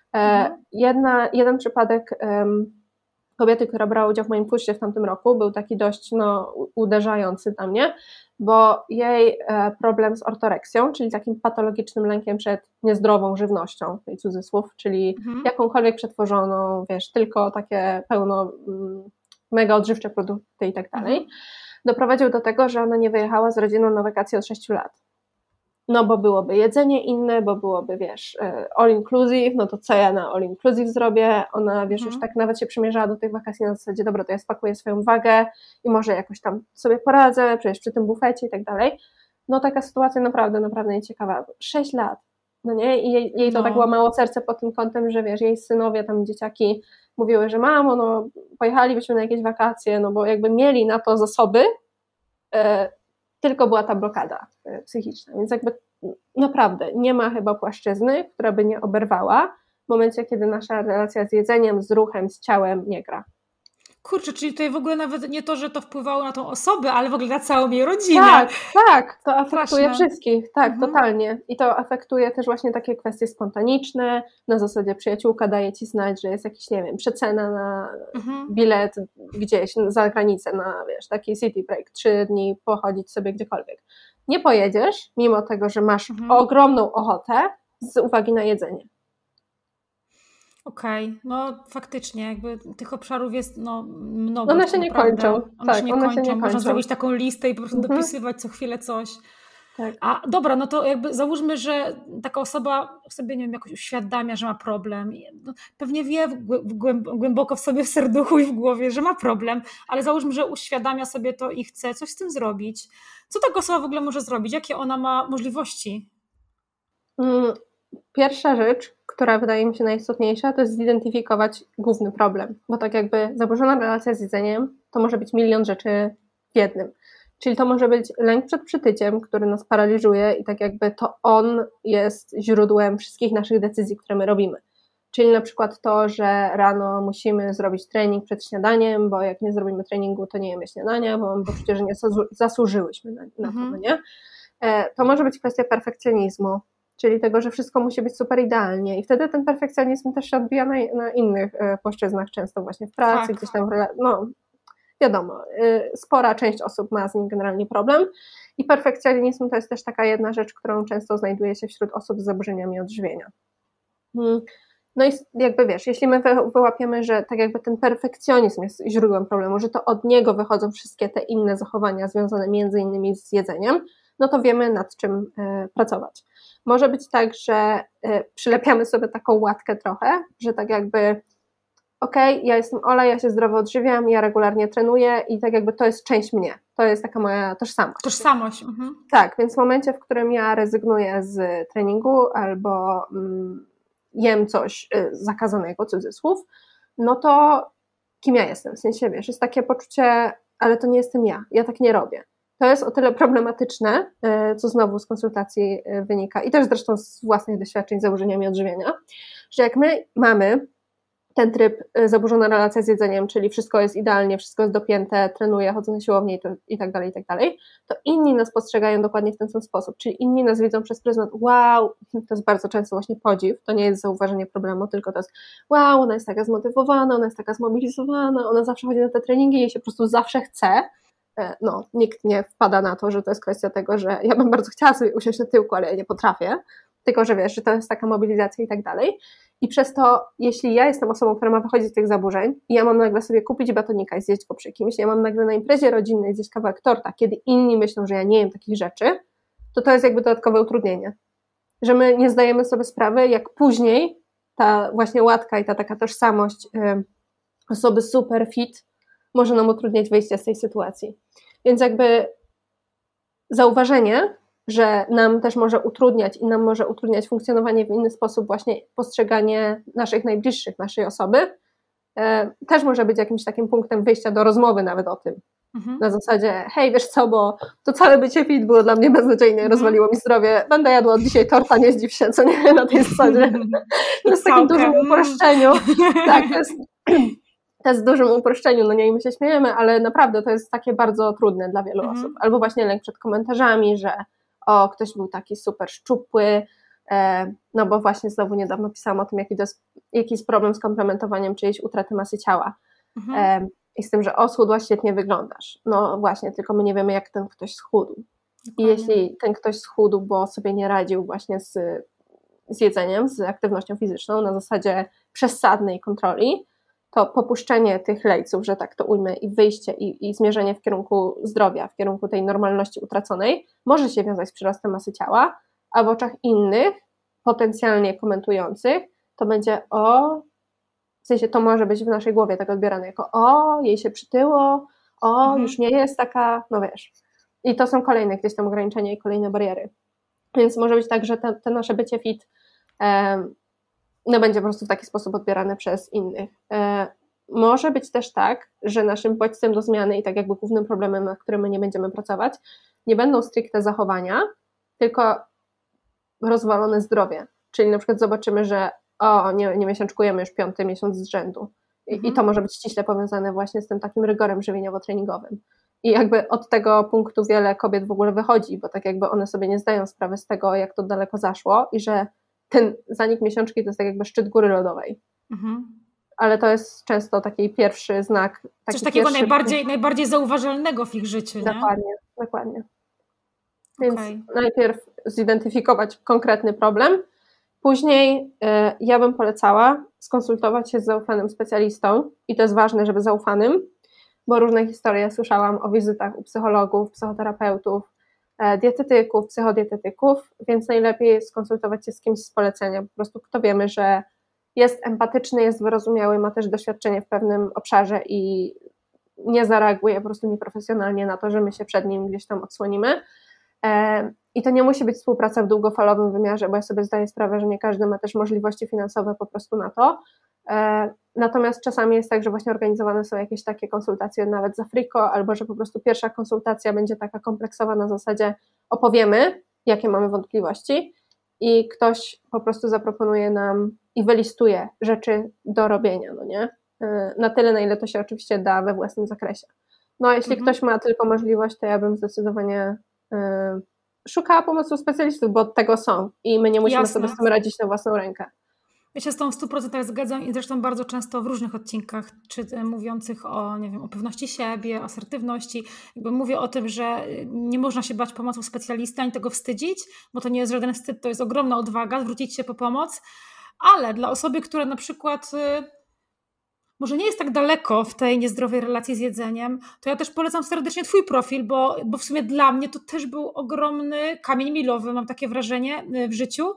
Speaker 2: Jeden przypadek kobiety, która brała udział w moim kursie w tamtym roku, był taki dość uderzający dla mnie, bo jej problem z ortoreksją, czyli takim patologicznym lękiem przed niezdrową żywnością, tej cudzysłów, czyli jakąkolwiek przetworzoną, wiesz, tylko takie pełno mega odżywcze produkty i tak dalej, doprowadził do tego, że ona nie wyjechała z rodziną na wakacje od 6 lat. No bo byłoby jedzenie inne, bo byłoby, wiesz, all inclusive, no to co ja na all inclusive zrobię? Ona, wiesz, już tak nawet się przymierzała do tych wakacji na zasadzie, dobra, to ja spakuję swoją wagę i może jakoś tam sobie poradzę, przecież przy tym bufecie i tak dalej. No taka sytuacja naprawdę nieciekawa. 6 lat, no nie? I jej to tak łamało serce pod tym kątem, że wiesz, jej synowie, tam dzieciaki mówiły, że mamo, no pojechalibyśmy na jakieś wakacje, no bo jakby mieli na to zasoby, tylko była ta blokada psychiczna, więc jakby naprawdę nie ma chyba płaszczyzny, która by nie oberwała w momencie, kiedy nasza relacja z jedzeniem, z ruchem, z ciałem nie gra.
Speaker 1: Kurczę, czyli tutaj w ogóle nawet nie to, że to wpływało na tą osobę, ale w ogóle na całą jej rodzinę.
Speaker 2: Tak, to afektuje wszystkich, tak, totalnie. I to afektuje też właśnie takie kwestie spontaniczne, na zasadzie przyjaciółka daje ci znać, że jest jakiś, nie wiem, przecena na bilet gdzieś za granicę, na, wiesz, taki city break, 3 dni pochodzić sobie gdziekolwiek. Nie pojedziesz, mimo tego, że masz ogromną ochotę z uwagi na jedzenie.
Speaker 1: Okej, no faktycznie, jakby tych obszarów jest mnogo.
Speaker 2: One się nie kończą.
Speaker 1: One się nie kończą. Można zrobić taką listę i po prostu dopisywać co chwilę coś.
Speaker 2: Tak.
Speaker 1: A dobra, no to jakby załóżmy, że taka osoba sobie, nie wiem, jakoś uświadamia, że ma problem. Pewnie wie głęboko w sobie, w serduchu i w głowie, że ma problem, ale załóżmy, że uświadamia sobie to i chce coś z tym zrobić. Co taka osoba w ogóle może zrobić? Jakie ona ma możliwości?
Speaker 2: Pierwsza rzecz, która wydaje mi się najistotniejsza, to jest zidentyfikować główny problem, bo tak jakby zaburzona relacja z jedzeniem to może być milion rzeczy w jednym. Czyli to może być lęk przed przytyciem, który nas paraliżuje i tak jakby to on jest źródłem wszystkich naszych decyzji, które my robimy. Czyli na przykład to, że rano musimy zrobić trening przed śniadaniem, bo jak nie zrobimy treningu, to nie jemy śniadania, bo mam poczucie, że nie zasłużyłyśmy na to, no nie? To może być kwestia perfekcjonizmu, czyli tego, że wszystko musi być super idealnie i wtedy ten perfekcjonizm też się odbija na innych płaszczyznach, często właśnie w pracy,
Speaker 1: Tak.
Speaker 2: gdzieś tam no wiadomo, spora część osób ma z nim generalnie problem i perfekcjonizm to jest też taka jedna rzecz, którą często znajduje się wśród osób z zaburzeniami odżywienia. No i jakby wiesz, jeśli my wyłapiemy, że tak jakby ten perfekcjonizm jest źródłem problemu, że to od niego wychodzą wszystkie te inne zachowania związane między innymi z jedzeniem, no to wiemy nad czym pracować. Może być tak, że przylepiamy sobie taką łatkę trochę, że tak jakby okej, ja jestem Ola, ja się zdrowo odżywiam, ja regularnie trenuję i tak jakby to jest część mnie, to jest taka moja tożsamość.
Speaker 1: Tożsamość.
Speaker 2: Tak, więc w momencie, w którym ja rezygnuję z treningu albo jem coś zakazanego, cudzysłów, no to kim ja jestem? W sensie, wiesz, jest takie poczucie, ale to nie jestem ja tak nie robię. To jest o tyle problematyczne, co znowu z konsultacji wynika i też zresztą z własnych doświadczeń z zaburzeniami odżywiania, że jak my mamy ten tryb zaburzona relacja z jedzeniem, czyli wszystko jest idealnie, wszystko jest dopięte, trenuję, chodzę na siłownię i tak dalej, to inni nas postrzegają dokładnie w ten sam sposób, czyli inni nas widzą przez pryzmat wow, to jest bardzo często właśnie podziw, to nie jest zauważenie problemu, tylko to jest wow, ona jest taka zmotywowana, ona jest taka zmobilizowana, ona zawsze chodzi na te treningi, jej się po prostu zawsze chce. No, nikt nie wpada na to, że to jest kwestia tego, że ja bym bardzo chciała sobie usiąść na tyłku, ale ja nie potrafię, tylko że wiesz, że to jest taka mobilizacja i tak dalej. I przez to, jeśli ja jestem osobą, która ma wychodzić z tych zaburzeń i ja mam nagle sobie kupić batonika i zjeść go przy kimś, ja mam nagle na imprezie rodzinnej zjeść kawałek torta, kiedy inni myślą, że ja nie jem takich rzeczy, to jest jakby dodatkowe utrudnienie. Że my nie zdajemy sobie sprawy, jak później ta właśnie łatka i ta taka tożsamość osoby super fit może nam utrudniać wyjście z tej sytuacji. Więc jakby zauważenie, że nam też może utrudniać i nam może utrudniać funkcjonowanie w inny sposób, właśnie postrzeganie naszych najbliższych, naszej osoby, też może być jakimś takim punktem wyjścia do rozmowy nawet o tym. Na zasadzie, hej, wiesz co, bo to całe bycie fit było dla mnie beznadziejne, rozwaliło mi zdrowie, będę jadła od dzisiaj torta, nie zdziw się, co nie, na tej zasadzie. To jest w takim dużym uproszczeniu. Tak, to jest w dużym uproszczeniu, no nie, i my się śmiejemy, ale naprawdę to jest takie bardzo trudne dla wielu osób. Albo właśnie lęk przed komentarzami, że ktoś był taki super szczupły, no bo właśnie znowu niedawno pisałam o tym, jaki jest problem z komplementowaniem czyjejś utraty masy ciała. I z tym, że schudłaś, świetnie wyglądasz. No właśnie, tylko my nie wiemy, jak ten ktoś schudł. I jeśli ten ktoś schudł, bo sobie nie radził właśnie z jedzeniem, z aktywnością fizyczną na zasadzie przesadnej kontroli, to popuszczenie tych lejców, że tak to ujmę, i wyjście i zmierzenie w kierunku zdrowia, w kierunku tej normalności utraconej, może się wiązać z przyrostem masy ciała, a w oczach innych, potencjalnie komentujących, to będzie w sensie to może być w naszej głowie tak odbierane jako jej się przytyło, już nie jest taka, no wiesz. I to są kolejne gdzieś tam ograniczenia i kolejne bariery. Więc może być tak, że te nasze bycie fit będzie po prostu w taki sposób odbierane przez innych. Może być też tak, że naszym bodźcem do zmiany i tak jakby głównym problemem, nad którym my nie będziemy pracować, nie będą stricte zachowania, tylko rozwalone zdrowie. Czyli na przykład zobaczymy, że nie miesiączkujemy już 5. miesiąc z rzędu. I to może być ściśle powiązane właśnie z tym takim rygorem żywieniowo-treningowym. I jakby od tego punktu wiele kobiet w ogóle wychodzi, bo tak jakby one sobie nie zdają sprawy z tego, jak to daleko zaszło i że ten zanik miesiączki to jest tak jakby szczyt góry lodowej. Ale to jest często taki pierwszy znak.
Speaker 1: Coś takiego najbardziej zauważalnego w ich życiu, nie?
Speaker 2: Dokładnie. Więc najpierw zidentyfikować konkretny problem, później ja bym polecała skonsultować się z zaufanym specjalistą i to jest ważne, żeby zaufanym, bo różne historie słyszałam o wizytach u psychologów, psychoterapeutów, dietetyków, psychodietetyków, więc najlepiej jest skonsultować się z kimś z polecenia, po prostu kto wiemy, że jest empatyczny, jest wyrozumiały, ma też doświadczenie w pewnym obszarze i nie zareaguje po prostu nieprofesjonalnie na to, że my się przed nim gdzieś tam odsłonimy. I to nie musi być współpraca w długofalowym wymiarze, bo ja sobie zdaję sprawę, że nie każdy ma też możliwości finansowe po prostu na to. Natomiast czasami jest tak, że właśnie organizowane są jakieś takie konsultacje nawet za friko, albo że po prostu pierwsza konsultacja będzie taka kompleksowa na zasadzie opowiemy, jakie mamy wątpliwości i ktoś po prostu zaproponuje nam i wylistuje rzeczy do robienia, no nie? Na tyle, na ile to się oczywiście da we własnym zakresie. No a jeśli ktoś ma tylko możliwość, to ja bym zdecydowanie szukała pomocy specjalistów, bo od tego są i my nie musimy sobie z tym radzić na własną rękę.
Speaker 1: Ja się z tą w 100% zgadzam i zresztą bardzo często w różnych odcinkach, czy mówiących o, nie wiem, o pewności siebie, asertywności, jakby mówię o tym, że nie można się bać pomocą specjalisty, ani tego wstydzić, bo to nie jest żaden wstyd, to jest ogromna odwaga zwrócić się po pomoc, ale dla osoby, która na przykład może nie jest tak daleko w tej niezdrowej relacji z jedzeniem, to ja też polecam serdecznie Twój profil, bo w sumie dla mnie to też był ogromny kamień milowy, mam takie wrażenie w życiu,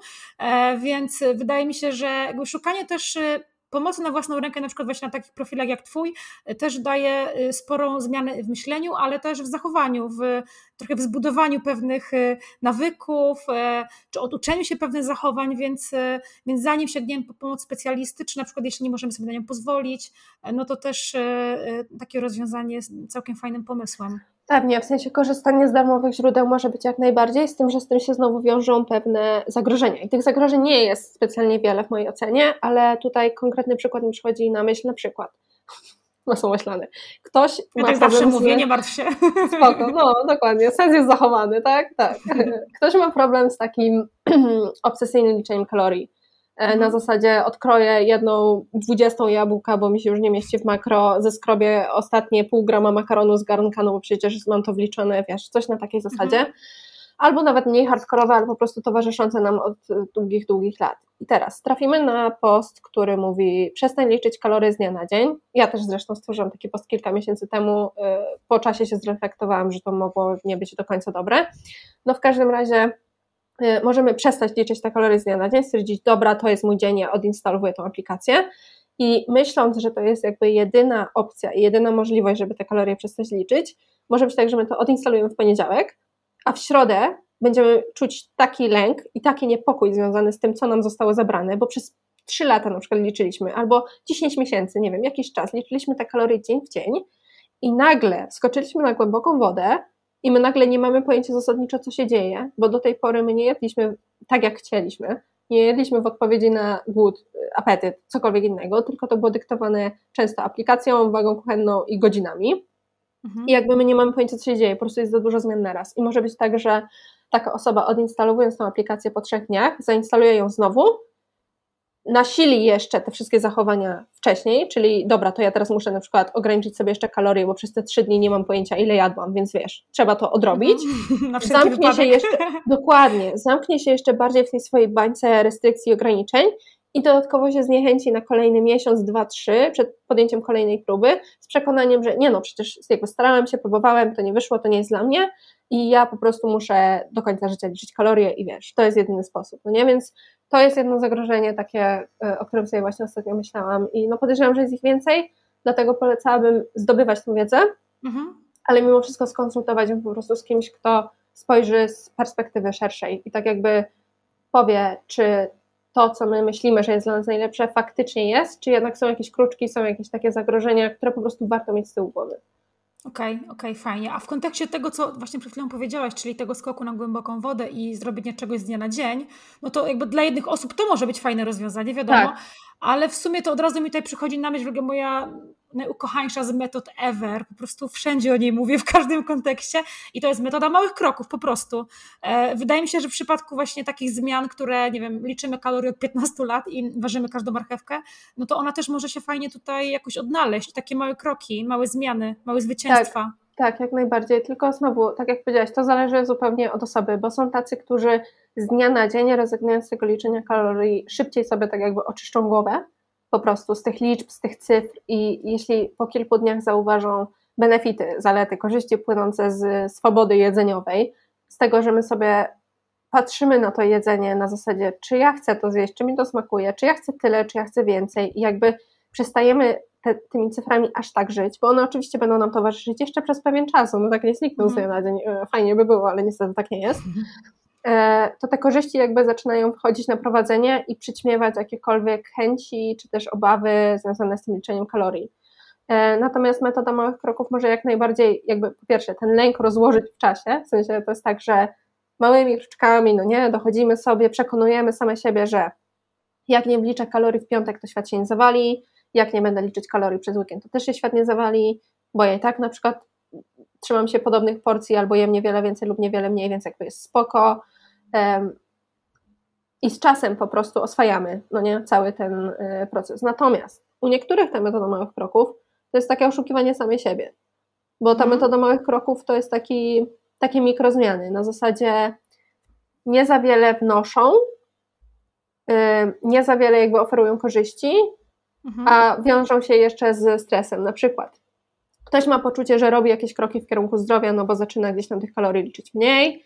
Speaker 1: więc wydaje mi się, że jakby szukanie też pomocy na własną rękę, na przykład właśnie na takich profilach jak Twój, też daje sporą zmianę w myśleniu, ale też w zachowaniu, trochę w zbudowaniu pewnych nawyków, czy oduczeniu się pewnych zachowań, więc zanim sięgniemy po pomoc specjalisty, czy na przykład jeśli nie możemy sobie na nią pozwolić, no to też takie rozwiązanie jest całkiem fajnym pomysłem.
Speaker 2: Pewnie, w sensie korzystanie z darmowych źródeł może być jak najbardziej, z tym, że z tym się znowu wiążą pewne zagrożenia. I tych zagrożeń nie jest specjalnie wiele w mojej ocenie, ale tutaj konkretny przykład mi przychodzi na myśl, na przykład masło maślane. Ktoś
Speaker 1: ja
Speaker 2: ma
Speaker 1: tak zawsze mówię, nie martw się.
Speaker 2: Spoko, no dokładnie, sens jest zachowany, tak? Tak. Ktoś ma problem z takim obsesyjnym liczeniem kalorii. Na zasadzie odkroję 1/20 jabłka, bo mi się już nie mieści w makro, zeskrobię ostatnie pół grama makaronu z garnka, no bo przecież mam to wliczone, wiesz, coś na takiej zasadzie. Albo nawet mniej hardkorowe, ale po prostu towarzyszące nam od długich lat. I teraz trafimy na post, który mówi: przestań liczyć kalorie z dnia na dzień. Ja też zresztą stworzyłam taki post kilka miesięcy temu, po czasie się zreflektowałam, że to mogło nie być do końca dobre. No w każdym razie możemy przestać liczyć te kalorie z dnia na dzień, stwierdzić: dobra, to jest mój dzień, ja odinstalowuję tą aplikację i myśląc, że to jest jakby jedyna opcja i jedyna możliwość, żeby te kalorie przestać liczyć, może być tak, że my to odinstalujemy w poniedziałek, a w środę będziemy czuć taki lęk i taki niepokój związany z tym, co nam zostało zabrane, bo przez 3 lata na przykład liczyliśmy, albo 10 miesięcy, nie wiem, jakiś czas, liczyliśmy te kalorie dzień w dzień i nagle wskoczyliśmy na głęboką wodę i my nagle nie mamy pojęcia zasadniczo, co się dzieje, bo do tej pory my nie jedliśmy tak, jak chcieliśmy, nie jedliśmy w odpowiedzi na głód, apetyt, cokolwiek innego, tylko to było dyktowane często aplikacją, wagą kuchenną i godzinami. I jakby my nie mamy pojęcia, co się dzieje, po prostu jest za dużo zmian naraz. I może być tak, że taka osoba odinstalowując tą aplikację po 3 dniach, zainstaluje ją znowu, nasili jeszcze te wszystkie zachowania wcześniej, czyli dobra, to ja teraz muszę na przykład ograniczyć sobie jeszcze kalorie, bo przez te 3 dni nie mam pojęcia, ile jadłam, więc wiesz, trzeba to odrobić. Zamknie się jeszcze, dokładnie, zamknie się jeszcze bardziej w tej swojej bańce restrykcji i ograniczeń i dodatkowo się zniechęci na kolejny miesiąc, 2, 3 przed podjęciem kolejnej próby z przekonaniem, że nie no, przecież jakby starałam się, próbowałem, to nie wyszło, to nie jest dla mnie i ja po prostu muszę do końca życia liczyć kalorie i wiesz, to jest jedyny sposób, no nie, więc to jest jedno zagrożenie takie, o którym sobie właśnie ostatnio myślałam i no podejrzewam, że jest ich więcej, dlatego polecałabym zdobywać tę wiedzę, ale mimo wszystko skonsultować ją po prostu z kimś, kto spojrzy z perspektywy szerszej i tak jakby powie, czy to, co my myślimy, że jest dla nas najlepsze, faktycznie jest, czy jednak są jakieś kruczki, są jakieś takie zagrożenia, które po prostu warto mieć z tyłu głowy.
Speaker 1: Okej, fajnie. A w kontekście tego, co właśnie przed chwilą powiedziałaś, czyli tego skoku na głęboką wodę i zrobienia czegoś z dnia na dzień, no to jakby dla jednych osób to może być fajne rozwiązanie, wiadomo, tak. Ale w sumie to od razu mi tutaj przychodzi na myśl moja najukochańsza z metod ever, po prostu wszędzie o niej mówię, w każdym kontekście i to jest metoda małych kroków, po prostu. Wydaje mi się, że w przypadku właśnie takich zmian, które, nie wiem, liczymy kalorie od 15 lat i ważymy każdą marchewkę, no to ona też może się fajnie tutaj jakoś odnaleźć, takie małe kroki, małe zmiany, małe zwycięstwa.
Speaker 2: Tak, jak najbardziej, tylko znowu, tak jak powiedziałaś, to zależy zupełnie od osoby, bo są tacy, którzy z dnia na dzień, rezygnując z tego liczenia kalorii, szybciej sobie tak jakby oczyszczą głowę, po prostu z tych liczb, z tych cyfr i jeśli po kilku dniach zauważą benefity, zalety, korzyści płynące z swobody jedzeniowej, z tego, że my sobie patrzymy na to jedzenie na zasadzie, czy ja chcę to zjeść, czy mi to smakuje, czy ja chcę tyle, czy ja chcę więcej i jakby przestajemy tymi cyframi aż tak żyć, bo one oczywiście będą nam towarzyszyć jeszcze przez pewien czas, no tak nie znikną z dnia na dzień, fajnie by było, ale niestety tak nie jest. To te korzyści jakby zaczynają wchodzić na prowadzenie i przyćmiewać jakiekolwiek chęci czy też obawy związane z tym liczeniem kalorii. Natomiast metoda małych kroków może jak najbardziej jakby po pierwsze ten lęk rozłożyć w czasie, w sensie to jest tak, że małymi kroczkami, no nie, dochodzimy sobie, przekonujemy same siebie, że jak nie wliczę kalorii w piątek, to świat się nie zawali, jak nie będę liczyć kalorii przez weekend, to też się świat nie zawali, bo ja i tak na przykład trzymam się podobnych porcji albo jem niewiele więcej lub niewiele mniej, więc jakby jest spoko. I z czasem po prostu oswajamy, no nie, cały ten proces. Natomiast u niektórych ta metoda małych kroków to jest takie oszukiwanie samej siebie, bo ta metoda małych kroków to jest takie mikrozmiany, na zasadzie nie za wiele wnoszą, nie za wiele jakby oferują korzyści, a wiążą się jeszcze ze stresem. Na przykład ktoś ma poczucie, że robi jakieś kroki w kierunku zdrowia, no bo zaczyna gdzieś tam tych kalorii liczyć mniej,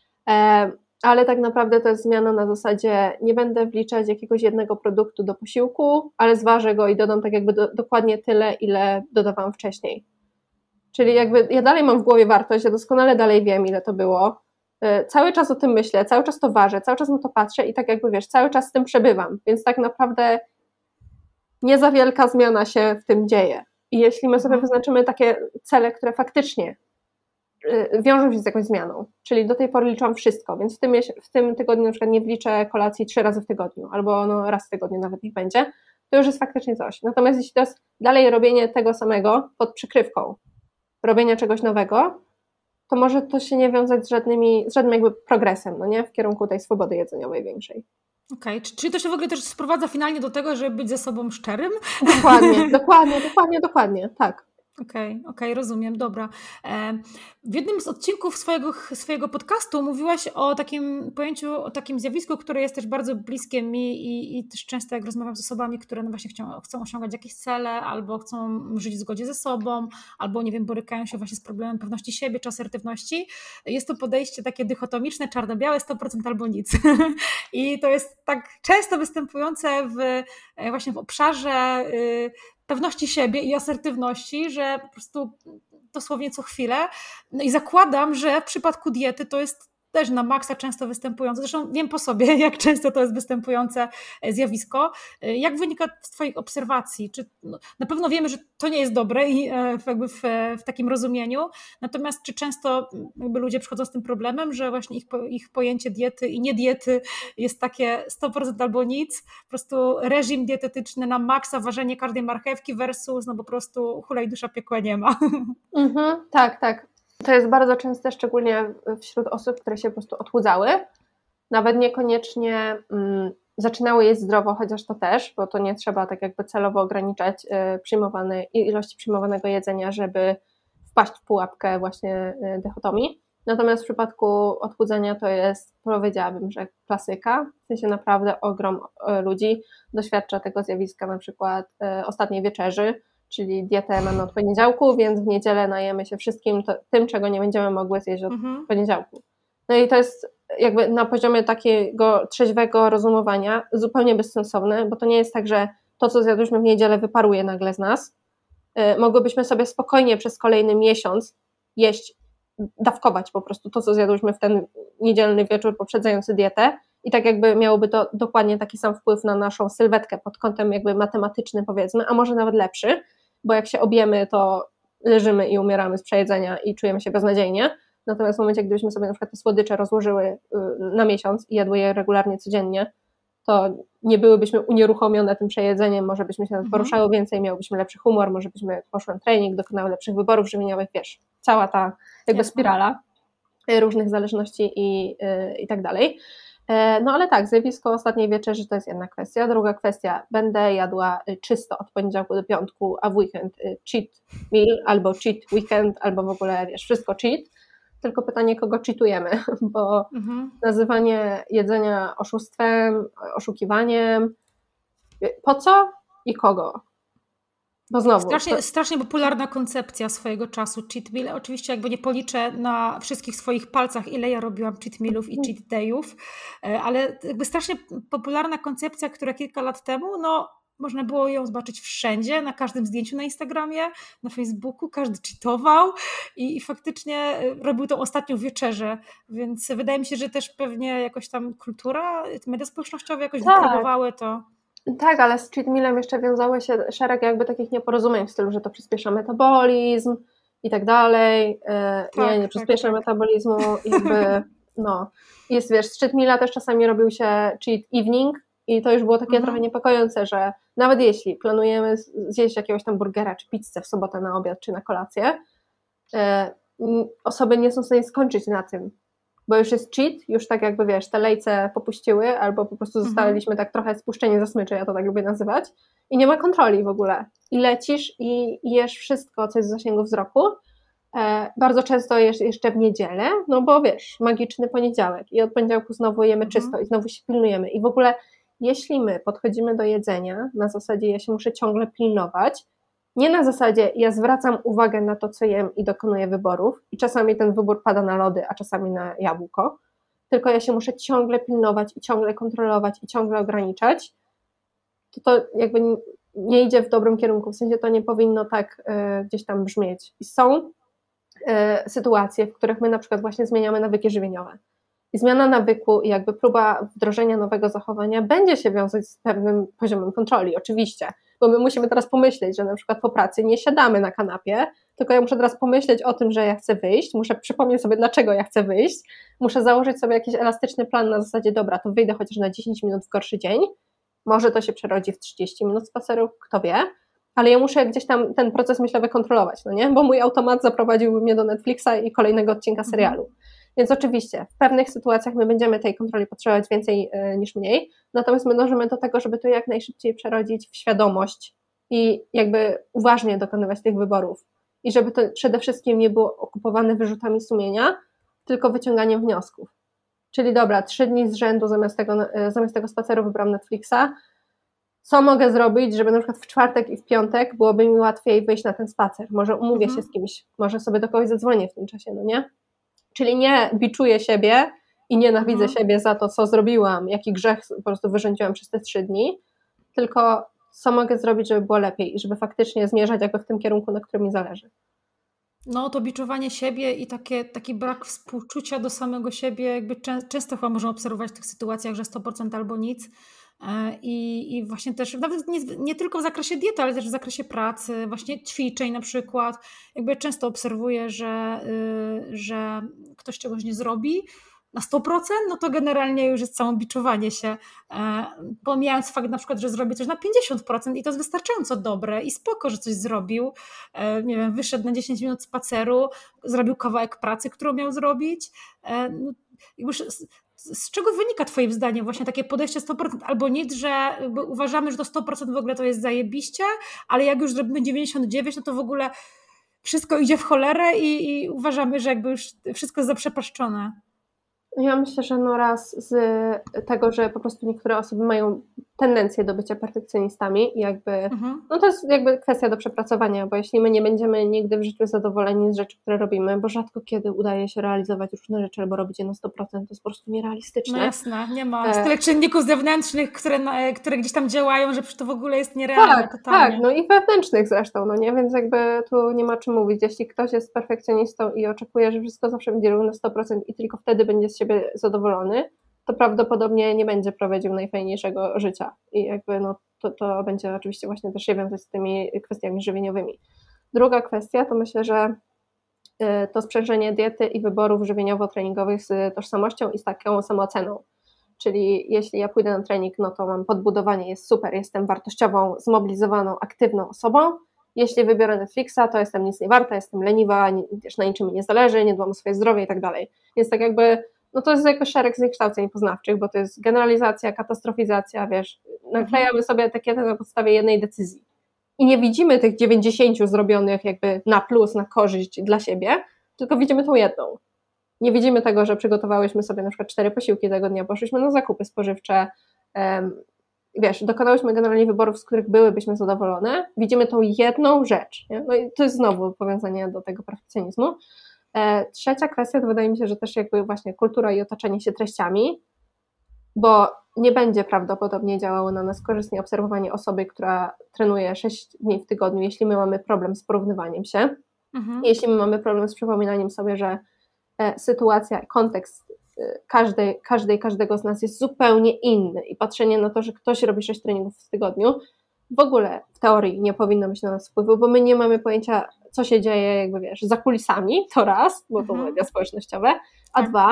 Speaker 2: ale tak naprawdę to jest zmiana na zasadzie nie będę wliczać jakiegoś jednego produktu do posiłku, ale zważę go i dodam tak jakby dokładnie tyle, ile dodawałam wcześniej. Czyli jakby ja dalej mam w głowie wartość, ja doskonale dalej wiem, ile to było, cały czas o tym myślę, cały czas to ważę, cały czas na to patrzę i tak jakby wiesz, cały czas z tym przebywam, więc tak naprawdę nie za wielka zmiana się w tym dzieje. I jeśli my sobie wyznaczymy takie cele, które faktycznie wiążą się z jakąś zmianą, czyli do tej pory liczyłam wszystko, więc w tym tygodniu na przykład nie wliczę kolacji 3 razy w tygodniu, albo no raz w tygodniu nawet niech będzie, to już jest faktycznie coś. Natomiast jeśli to jest dalej robienie tego samego pod przykrywką, robienia czegoś nowego, to może to się nie wiązać z żadnym jakby progresem, no nie? W kierunku tej swobody jedzeniowej większej.
Speaker 1: Okej, czyli to się w ogóle też sprowadza finalnie do tego, żeby być ze sobą szczerym?
Speaker 2: Dokładnie, tak.
Speaker 1: Okej, rozumiem, dobra. W jednym z odcinków swojego podcastu mówiłaś o takim pojęciu, o takim zjawisku, które jest też bardzo bliskie mi i też często jak rozmawiam z osobami, które no właśnie chcą osiągać jakieś cele, albo chcą żyć w zgodzie ze sobą, albo nie wiem, borykają się właśnie z problemem pewności siebie czy asertywności. Jest to podejście takie dychotomiczne, czarno-białe, 100% albo nic. I to jest tak często występujące właśnie w obszarze pewności siebie i asertywności, że po prostu dosłownie co chwilę. No i zakładam, że w przypadku diety to jest też na maksa często występujące. Zresztą wiem po sobie, jak często to jest występujące zjawisko. Jak wynika z Twoich obserwacji? Czy, no, na pewno wiemy, że to nie jest dobre i jakby w takim rozumieniu. Natomiast czy często jakby ludzie przychodzą z tym problemem, że właśnie ich pojęcie diety i nie diety jest takie 100% albo nic. Po prostu reżim dietetyczny na maksa, ważenie każdej marchewki versus no po prostu hulaj dusza, piekła nie ma.
Speaker 2: Tak. To jest bardzo częste, szczególnie wśród osób, które się po prostu odchudzały. Nawet niekoniecznie zaczynały jeść zdrowo, chociaż to też, bo to nie trzeba tak jakby celowo ograniczać ilości przyjmowanego jedzenia, żeby wpaść w pułapkę właśnie dychotomii. Natomiast w przypadku odchudzania to jest, powiedziałabym, że klasyka. W sensie naprawdę ogrom ludzi doświadcza tego zjawiska, na przykład ostatniej wieczerzy, czyli dietę mamy od poniedziałku, więc w niedzielę najemy się wszystkim tym, czego nie będziemy mogły zjeść od poniedziałku. No i to jest jakby na poziomie takiego trzeźwego rozumowania zupełnie bezsensowne, bo to nie jest tak, że to, co zjadłyśmy w niedzielę, wyparuje nagle z nas. Mogłybyśmy sobie spokojnie przez kolejny miesiąc jeść, dawkować po prostu to, co zjadłyśmy w ten niedzielny wieczór poprzedzający dietę i tak jakby miałoby to dokładnie taki sam wpływ na naszą sylwetkę pod kątem jakby matematycznym, powiedzmy, a może nawet lepszy, bo jak się objemy, to leżymy i umieramy z przejedzenia i czujemy się beznadziejnie. Natomiast w momencie, gdybyśmy sobie na przykład te słodycze rozłożyły na miesiąc i jadły je regularnie, codziennie, to nie byłybyśmy unieruchomione tym przejedzeniem, może byśmy się poruszały więcej, miałybyśmy lepszy humor, może byśmy poszły na trening, dokonały lepszych wyborów żywieniowych, wiesz, cała ta jakby spirala różnych zależności i tak dalej. No ale tak, zjawisko ostatniej wieczerzy to jest jedna kwestia. Druga kwestia, będę jadła czysto od poniedziałku do piątku, a w weekend cheat meal, albo cheat weekend, albo w ogóle wiesz, wszystko cheat. Tylko pytanie, kogo cheatujemy, bo nazywanie jedzenia oszustwem, oszukiwaniem, po co i kogo? Bo znowu,
Speaker 1: strasznie popularna koncepcja swojego czasu, cheat meal. Oczywiście jakby nie policzę na wszystkich swoich palcach, ile ja robiłam cheat mealów i cheat dayów, ale jakby strasznie popularna koncepcja, która kilka lat temu, no można było ją zobaczyć wszędzie, na każdym zdjęciu na Instagramie, na Facebooku, każdy cheatował i faktycznie robił tą ostatnią wieczerzę, więc wydaje mi się, że też pewnie jakoś tam kultura, media społecznościowe jakoś wypróbowały to.
Speaker 2: Tak, ale z cheat mealem jeszcze wiązały się szereg jakby takich nieporozumień w stylu, że to przyspiesza metabolizm i tak dalej. Nie przyspiesza metabolizmu, jakby No, jest, wiesz, z cheat meala też czasami robił się cheat evening i to już było takie trochę niepokojące, że nawet jeśli planujemy zjeść jakiegoś tam burgera czy pizzę w sobotę na obiad czy na kolację, osoby nie są w stanie skończyć na tym, bo już jest cheat, już tak jakby, wiesz, te lejce popuściły albo po prostu zostaliśmy tak trochę spuszczeni za smyczy, ja to tak lubię nazywać, i nie ma kontroli w ogóle. I lecisz i jesz wszystko, co jest w zasięgu wzroku. Bardzo często jesz jeszcze w niedzielę, no bo wiesz, magiczny poniedziałek i od poniedziałku znowu jemy czysto i znowu się pilnujemy. I w ogóle jeśli my podchodzimy do jedzenia na zasadzie ja się muszę ciągle pilnować, nie na zasadzie ja zwracam uwagę na to, co jem i dokonuję wyborów i czasami ten wybór pada na lody, a czasami na jabłko, tylko ja się muszę ciągle pilnować i ciągle kontrolować i ciągle ograniczać, to jakby nie idzie w dobrym kierunku, w sensie to nie powinno tak gdzieś tam brzmieć. I są sytuacje, w których my na przykład właśnie zmieniamy nawyki żywieniowe. I zmiana nawyku i jakby próba wdrożenia nowego zachowania będzie się wiązać z pewnym poziomem kontroli, oczywiście, bo my musimy teraz pomyśleć, że na przykład po pracy nie siadamy na kanapie, tylko ja muszę teraz pomyśleć o tym, że ja chcę wyjść, muszę przypomnieć sobie, dlaczego ja chcę wyjść, muszę założyć sobie jakiś elastyczny plan na zasadzie, dobra, to wyjdę chociaż na 10 minut w gorszy dzień, może to się przerodzi w 30 minut spaceru, kto wie, ale ja muszę gdzieś tam ten proces myślowy kontrolować, no nie? Bo mój automat zaprowadziłby mnie do Netflixa i kolejnego odcinka serialu. Więc oczywiście w pewnych sytuacjach my będziemy tej kontroli potrzebować więcej niż mniej, natomiast my dążymy do tego, żeby to jak najszybciej przerodzić w świadomość i jakby uważnie dokonywać tych wyborów i żeby to przede wszystkim nie było okupowane wyrzutami sumienia, tylko wyciąganiem wniosków. Czyli dobra, 3 dni z rzędu zamiast tego spaceru wybrałam Netflixa, co mogę zrobić, żeby na przykład w czwartek i w piątek byłoby mi łatwiej wyjść na ten spacer, może umówię się z kimś, może sobie do kogoś zadzwonię w tym czasie, no nie? Czyli nie biczuję siebie i nienawidzę siebie za to, co zrobiłam, jaki grzech po prostu wyrządziłam przez te 3 dni, tylko co mogę zrobić, żeby było lepiej i żeby faktycznie zmierzać jakby w tym kierunku, na którym mi zależy.
Speaker 1: No to biczowanie siebie i taki brak współczucia do samego siebie, jakby często chyba można obserwować w tych sytuacjach, że 100% albo nic. I właśnie też nawet nie tylko w zakresie diety, ale też w zakresie pracy, właśnie ćwiczeń na przykład. Jakby często obserwuję, że ktoś czegoś nie zrobi na 100%, no to generalnie już jest samo biczowanie się. Pomijając fakt na przykład, że zrobi coś na 50% i to jest wystarczająco dobre i spoko, że coś zrobił. Nie wiem, wyszedł na 10 minut spaceru, zrobił kawałek pracy, którą miał zrobić. Z czego wynika twoim zdaniem właśnie takie podejście 100% albo nic, że uważamy, że to 100% w ogóle to jest zajebiście, ale jak już zrobimy 99%, no to w ogóle wszystko idzie w cholerę i uważamy, że jakby już wszystko jest zaprzepaszczone.
Speaker 2: Ja myślę, że no raz z tego, że po prostu niektóre osoby mają tendencję do bycia perfekcjonistami i jakby, no to jest jakby kwestia do przepracowania, bo jeśli my nie będziemy nigdy w życiu zadowoleni z rzeczy, które robimy, bo rzadko kiedy udaje się realizować różne rzeczy albo robić je na 100%, to jest po prostu nierealistyczne.
Speaker 1: No jasne, nie ma z tyle czynników zewnętrznych, które gdzieś tam działają, że przecież to w ogóle jest nierealne.
Speaker 2: Tak, no i wewnętrznych zresztą, no nie, więc jakby tu nie ma czym mówić, jeśli ktoś jest perfekcjonistą i oczekuje, że wszystko zawsze będzie robił na 100% i tylko wtedy będzie z siebie zadowolony, to prawdopodobnie nie będzie prowadził najfajniejszego życia i jakby no to będzie oczywiście właśnie też się wiązać z tymi kwestiami żywieniowymi. Druga kwestia to myślę, że to sprzężenie diety i wyborów żywieniowo-treningowych z tożsamością i z taką samooceną. Czyli jeśli ja pójdę na trening, no to mam podbudowanie, jest super, jestem wartościową, zmobilizowaną, aktywną osobą. Jeśli wybiorę Netflixa, to jestem nic nie warta, jestem leniwa, też na niczym mi nie zależy, nie dbam o swoje zdrowie i tak dalej. Więc tak jakby, no to jest jakby szereg zniekształceń poznawczych, bo to jest generalizacja, katastrofizacja, wiesz, naklejamy sobie etykietę na podstawie jednej decyzji. I nie widzimy tych 90 zrobionych jakby na plus, na korzyść dla siebie, tylko widzimy tą jedną. Nie widzimy tego, że przygotowałyśmy sobie na przykład 4 posiłki tego dnia, poszliśmy na zakupy spożywcze, wiesz, dokonałyśmy generalnie wyborów, z których byłybyśmy zadowolone. Widzimy tą jedną rzecz. Nie? No i to jest znowu powiązanie do tego perfekcjonizmu. Trzecia kwestia to wydaje mi się, że też jakby właśnie kultura i otaczanie się treściami, bo nie będzie prawdopodobnie działało na nas korzystnie obserwowanie osoby, która trenuje 6 dni w tygodniu, jeśli my mamy problem z porównywaniem się, jeśli my mamy problem z przypominaniem sobie, że sytuacja, kontekst każdego z nas jest zupełnie inny i patrzenie na to, że ktoś robi 6 treningów w tygodniu, w ogóle w teorii nie powinno mieć na nas wpływu, bo my nie mamy pojęcia, co się dzieje jakby wiesz, za kulisami, to raz, bo to media społecznościowe, a dwa,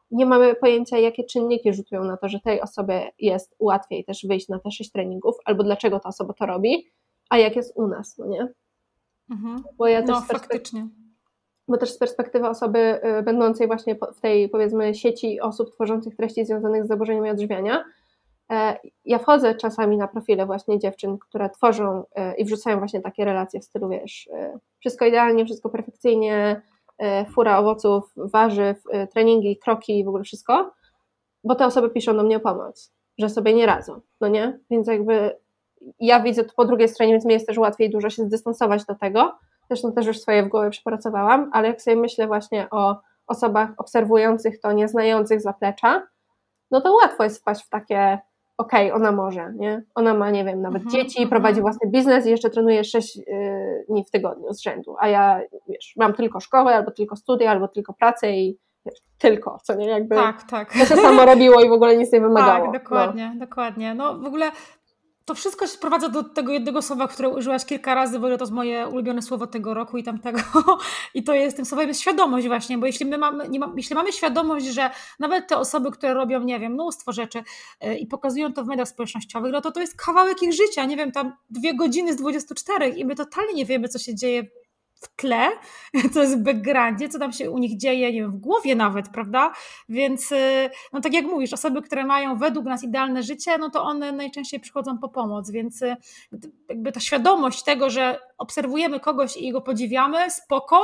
Speaker 2: nie mamy pojęcia, jakie czynniki rzutują na to, że tej osobie jest łatwiej też wyjść na te 6 treningów, albo dlaczego ta osoba to robi, a jak jest u nas, no nie? Bo ja też
Speaker 1: faktycznie.
Speaker 2: Bo też z perspektywy osoby będącej właśnie w tej, powiedzmy, sieci osób tworzących treści związanych z zaburzeniami odżywiania, ja wchodzę czasami na profile właśnie dziewczyn, które tworzą i wrzucają właśnie takie relacje w stylu, wiesz, wszystko idealnie, wszystko perfekcyjnie, fura owoców, warzyw, treningi, kroki i w ogóle wszystko, bo te osoby piszą do mnie o pomoc, że sobie nie radzą, no nie? Więc jakby ja widzę to po drugiej stronie, więc mi jest też łatwiej dużo się zdystansować do tego, zresztą też już swoje w głowie przepracowałam, ale jak sobie myślę właśnie o osobach obserwujących to, nieznających zaplecza, no to łatwo jest wpaść w takie okej, ona może, nie? Ona ma, nie wiem, nawet dzieci, prowadzi własny biznes i jeszcze trenuje 6 dni w tygodniu z rzędu, a ja, wiesz, mam tylko szkołę, albo tylko studia, albo tylko pracę i wiesz, tylko, co nie? Jakby
Speaker 1: tak.
Speaker 2: to się samo robiło i w ogóle nic nie wymagało.
Speaker 1: Tak, dokładnie. No w ogóle to wszystko się sprowadza do tego jednego słowa, które użyłaś kilka razy, bo to jest moje ulubione słowo tego roku i tamtego. I to jest tym słowem świadomość właśnie, bo jeśli mamy świadomość, że nawet te osoby, które robią, nie wiem, mnóstwo rzeczy i pokazują to w mediach społecznościowych, no to jest kawałek ich życia, nie wiem, tam 2 godziny z 24 i my totalnie nie wiemy, co się dzieje w tle, co jest w backgroundzie, co tam się u nich dzieje, nie wiem, w głowie nawet, prawda? Więc no tak jak mówisz, osoby, które mają według nas idealne życie, no to one najczęściej przychodzą po pomoc, więc jakby ta świadomość tego, że obserwujemy kogoś i go podziwiamy, spoko,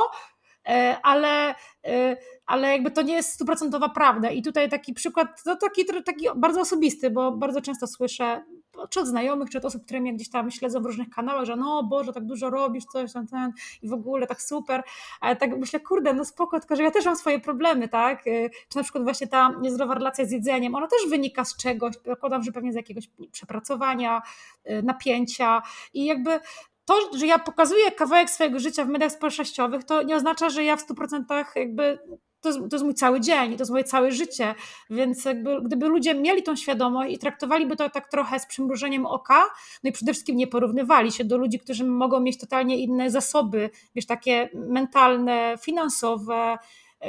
Speaker 1: ale jakby to nie jest 100% prawda. I tutaj taki przykład, to taki bardzo osobisty, bo bardzo często słyszę, czy od znajomych, czy od osób, które mnie gdzieś tam śledzą w różnych kanałach, że no Boże, tak dużo robisz, coś tam, ten i w ogóle tak super, ale tak myślę, kurde, no spoko, tylko że ja też mam swoje problemy, tak? Czy na przykład właśnie ta niezdrowa relacja z jedzeniem, ona też wynika z czegoś, zakładam, że pewnie z jakiegoś przepracowania, napięcia i jakby to, że ja pokazuję kawałek swojego życia w mediach społecznościowych, to nie oznacza, że ja w 100% jakby to jest mój cały dzień, to jest moje całe życie, więc jakby gdyby ludzie mieli tą świadomość i traktowaliby to tak trochę z przymrużeniem oka, no i przede wszystkim nie porównywali się do ludzi, którzy mogą mieć totalnie inne zasoby, wiesz, takie mentalne, finansowe,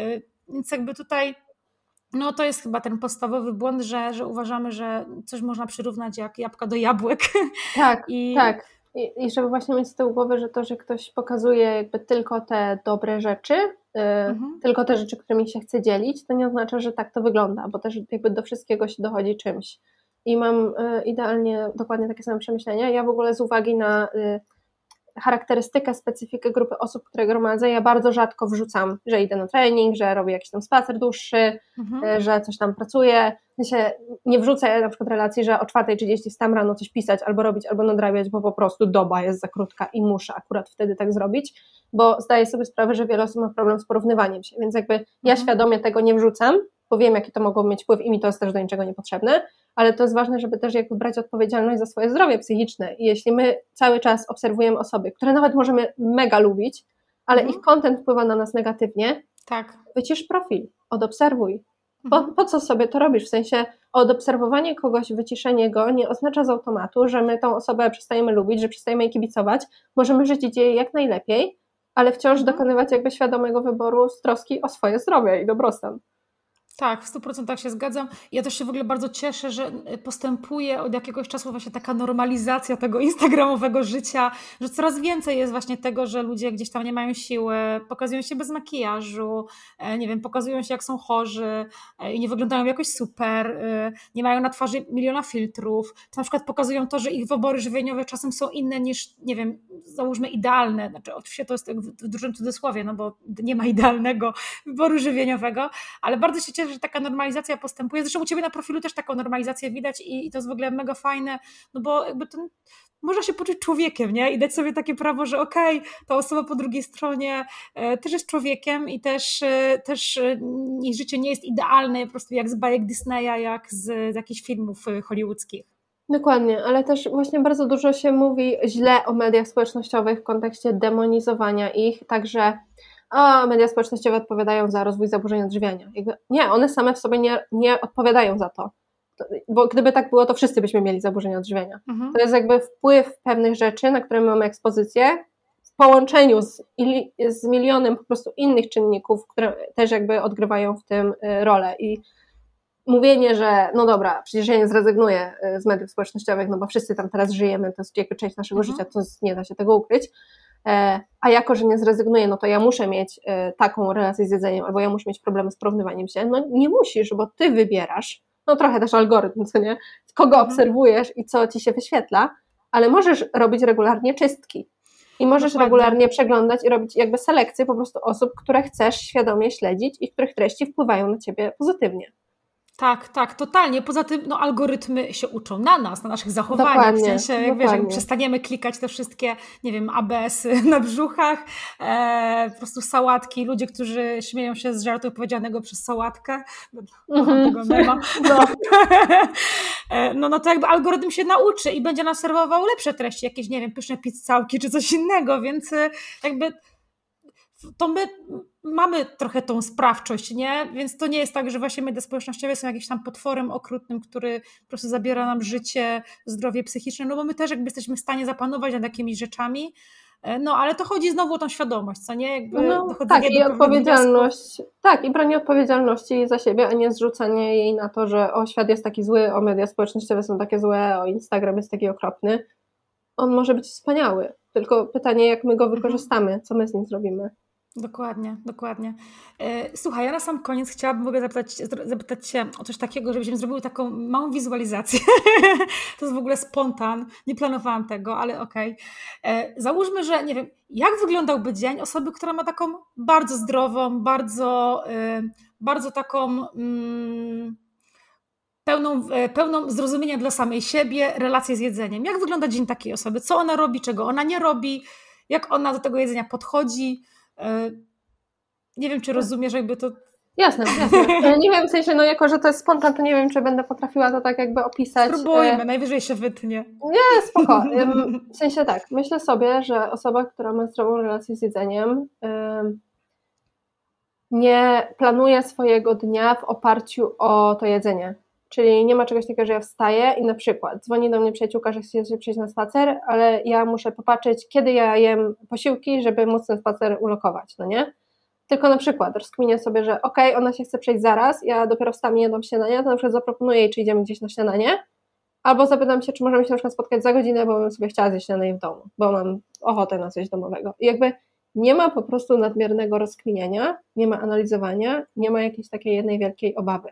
Speaker 1: więc jakby tutaj no to jest chyba ten podstawowy błąd, że uważamy, że coś można przyrównać jak jabłka do jabłek.
Speaker 2: Tak, tak. I żeby właśnie mieć z tyłu głowy, że to, że ktoś pokazuje jakby tylko te dobre rzeczy, tylko te rzeczy, którymi się chce dzielić, to nie oznacza, że tak to wygląda, bo też jakby do wszystkiego się dochodzi czymś. I mam idealnie dokładnie takie same przemyślenia. Ja w ogóle z uwagi na charakterystykę, specyfikę grupy osób, które gromadzę, ja bardzo rzadko wrzucam, że idę na trening, że robię jakiś tam spacer dłuższy, że coś tam pracuję. Nie wrzucę na przykład relacji, że o 4:30 wstałam rano coś pisać, albo robić, albo nadrabiać, bo po prostu doba jest za krótka i muszę akurat wtedy tak zrobić, bo zdaję sobie sprawę, że wiele osób ma problem z porównywaniem się, więc jakby ja świadomie tego nie wrzucam, bo wiem, jaki to mogło mieć wpływ i mi to jest też do niczego niepotrzebne, ale to jest ważne, żeby też jakby brać odpowiedzialność za swoje zdrowie psychiczne i jeśli my cały czas obserwujemy osoby, które nawet możemy mega lubić, ale ich content wpływa na nas negatywnie, wycisz profil, odobserwuj. Po co sobie to robisz? W sensie odobserwowanie kogoś, wyciszenie go nie oznacza z automatu, że my tą osobę przestajemy lubić, że przestajemy jej kibicować, możemy żyć jej jak najlepiej, ale wciąż dokonywać jakby świadomego wyboru z troski o swoje zdrowie i dobrostan.
Speaker 1: Tak, w 100% się zgadzam. Ja też się w ogóle bardzo cieszę, że postępuje od jakiegoś czasu właśnie taka normalizacja tego instagramowego życia, że coraz więcej jest właśnie tego, że ludzie gdzieś tam nie mają siły, pokazują się bez makijażu, nie wiem, pokazują się jak są chorzy i nie wyglądają jakoś super, nie mają na twarzy miliona filtrów, na przykład pokazują to, że ich wybory żywieniowe czasem są inne niż, nie wiem, załóżmy idealne, znaczy oczywiście to jest w dużym cudzysłowie, no bo nie ma idealnego wyboru żywieniowego, ale bardzo się cieszę, że taka normalizacja postępuje. Zresztą u Ciebie na profilu też taką normalizację widać i to jest w ogóle mega fajne, no bo jakby to można się poczuć człowiekiem, nie? I dać sobie takie prawo, że okej, ta osoba po drugiej stronie też jest człowiekiem i też jej życie nie jest idealne, po prostu jak z bajek Disneya, jak z jakichś filmów hollywoodzkich.
Speaker 2: Dokładnie, ale też właśnie bardzo dużo się mówi źle o mediach społecznościowych w kontekście demonizowania ich, także media społecznościowe odpowiadają za rozwój zaburzeń odżywiania. Jakby, nie, one same w sobie nie odpowiadają za to. Bo gdyby tak było, to wszyscy byśmy mieli zaburzenia odżywiania. To jest jakby wpływ pewnych rzeczy, na które my mamy ekspozycję, połączeniu z milionem po prostu innych czynników, które też jakby odgrywają w tym rolę. I mówienie, że no dobra, przecież ja nie zrezygnuję z mediów społecznościowych, no bo wszyscy tam teraz żyjemy, to jest jakby część naszego życia, to nie da się tego ukryć, a jako, że nie zrezygnuję, no to ja muszę mieć taką relację z jedzeniem, albo ja muszę mieć problemy z porównywaniem się, no nie musisz, bo ty wybierasz, no trochę też algorytm, co nie, kogo obserwujesz i co ci się wyświetla, ale możesz robić regularnie czystki i możesz regularnie przeglądać i robić jakby selekcję po prostu osób, które chcesz świadomie śledzić i których treści wpływają na ciebie pozytywnie.
Speaker 1: Tak, totalnie. Poza tym algorytmy się uczą na nas, na naszych zachowaniach.
Speaker 2: Dokładnie,
Speaker 1: w sensie, jak wiesz, jak przestaniemy klikać te wszystkie, nie wiem, ABS-y na brzuchach, po prostu sałatki, ludzie, którzy śmieją się z żartu opowiedzianego przez sałatkę, tego mema. No to jakby algorytm się nauczy i będzie nas serwował lepsze treści, jakieś, nie wiem, pyszne pizzałki czy coś innego, więc jakby to my mamy trochę tą sprawczość, nie? Więc to nie jest tak, że właśnie media społecznościowe są jakimś tam potworem okrutnym, który po prostu zabiera nam życie, zdrowie psychiczne, no bo my też jakby jesteśmy w stanie zapanować nad jakimiś rzeczami, no ale to chodzi znowu o tą świadomość, co nie? Jakby
Speaker 2: tak, i odpowiedzialność, tak, i branie odpowiedzialności za siebie, a nie zrzucanie jej na to, że o, świat jest taki zły, o, media społecznościowe są takie złe, o, Instagram jest taki okropny. On może być wspaniały, tylko pytanie, jak my go wykorzystamy, co my z nim zrobimy.
Speaker 1: Dokładnie. Słuchaj, ja na sam koniec chciałabym w ogóle zapytać Cię o coś takiego, żebyśmy zrobiły taką małą wizualizację. To jest w ogóle spontan, nie planowałam tego, ale okej. Załóżmy, że nie wiem, jak wyglądałby dzień osoby, która ma taką bardzo zdrową, bardzo taką pełną zrozumienia dla samej siebie, relację z jedzeniem. Jak wygląda dzień takiej osoby? Co ona robi, czego ona nie robi? Jak ona do tego jedzenia podchodzi? Nie wiem, czy rozumiesz jakby to...
Speaker 2: Jasne. Nie wiem, w sensie, no jako, że to jest spontan, to nie wiem, czy będę potrafiła to tak jakby opisać.
Speaker 1: Spróbujmy, najwyżej się wytnie.
Speaker 2: Nie, spoko. W sensie tak, myślę sobie, że osoba, która ma zdrową relację z jedzeniem, nie planuje swojego dnia w oparciu o to jedzenie. Czyli nie ma czegoś takiego, że ja wstaję i na przykład dzwoni do mnie przyjaciółka, że chce się przyjść na spacer, ale ja muszę popatrzeć, kiedy ja jem posiłki, żeby móc ten spacer ulokować, no nie? Tylko na przykład rozkminię sobie, że okej, ona się chce przejść zaraz, ja dopiero wstałem i jadłam śniadanie, to na przykład zaproponuję jej, czy idziemy gdzieś na śniadanie, albo zapytam się, czy możemy się na przykład spotkać za godzinę, bo bym sobie chciała zjeść śniadanie w domu, bo mam ochotę na coś domowego. I jakby nie ma po prostu nadmiernego rozkminiania, nie ma analizowania, nie ma jakiejś takiej jednej wielkiej obawy.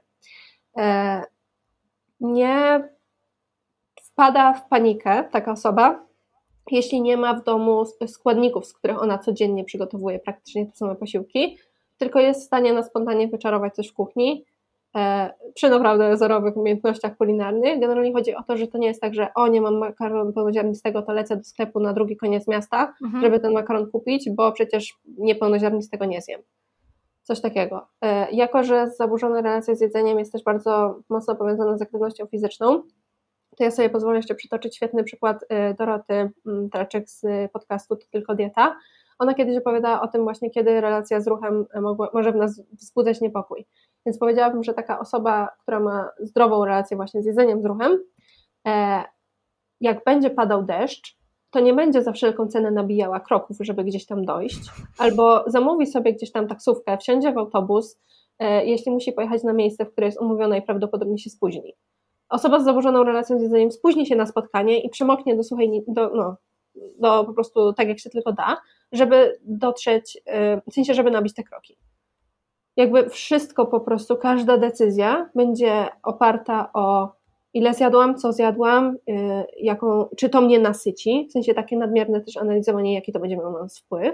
Speaker 2: Nie wpada w panikę taka osoba, jeśli nie ma w domu składników, z których ona codziennie przygotowuje praktycznie te same posiłki, tylko jest w stanie na spontanie wyczarować coś w kuchni, przy naprawdę zerowych umiejętnościach kulinarnych. Generalnie chodzi o to, że to nie jest tak, że nie mam makaronu pełnoziarnistego, to lecę do sklepu na drugi koniec miasta, żeby ten makaron kupić, bo przecież niepełnoziarnistego nie zjem. Coś takiego. Jako, że zaburzona relacja z jedzeniem jest też bardzo mocno powiązana z aktywnością fizyczną, to ja sobie pozwolę jeszcze przytoczyć świetny przykład Doroty Traczek z podcastu To Tylko Dieta. Ona kiedyś opowiadała o tym właśnie, kiedy relacja z ruchem może w nas wzbudzać niepokój. Więc powiedziałabym, że taka osoba, która ma zdrową relację właśnie z jedzeniem, z ruchem, jak będzie padał deszcz, to nie będzie za wszelką cenę nabijała kroków, żeby gdzieś tam dojść, albo zamówi sobie gdzieś tam taksówkę, wsiądzie w autobus, jeśli musi pojechać na miejsce, w które jest umówione i prawdopodobnie się spóźni. Osoba z zaburzoną relacją z jedzeniem spóźni się na spotkanie i przemoknie do po prostu tak, jak się tylko da, żeby dotrzeć, w sensie, żeby nabić te kroki. Jakby wszystko po prostu, każda decyzja będzie oparta o ile zjadłam, co zjadłam, czy to mnie nasyci, w sensie takie nadmierne też analizowanie, jaki to będzie miał na nas wpływ,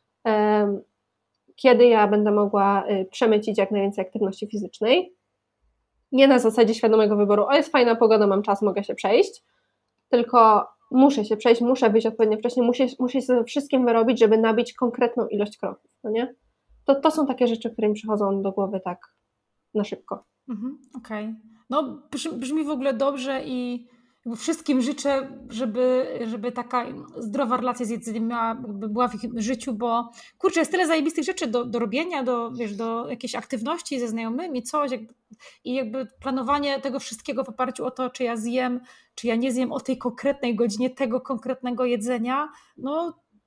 Speaker 2: kiedy ja będę mogła przemycić jak najwięcej aktywności fizycznej, nie na zasadzie świadomego wyboru, jest fajna pogoda, mam czas, mogę się przejść, tylko muszę się przejść, muszę wyjść odpowiednio wcześniej, muszę się ze wszystkim wyrobić, żeby nabić konkretną ilość kroków, no nie? To są takie rzeczy, które mi przychodzą do głowy tak na szybko.
Speaker 1: Okej. No brzmi w ogóle dobrze i wszystkim życzę, żeby taka zdrowa relacja z jedzeniem była w ich życiu, bo kurczę, jest tyle zajebistych rzeczy do robienia, do jakiejś aktywności ze znajomymi, coś i jakby planowanie tego wszystkiego w oparciu o to, czy ja zjem, czy ja nie zjem o tej konkretnej godzinie tego konkretnego jedzenia, no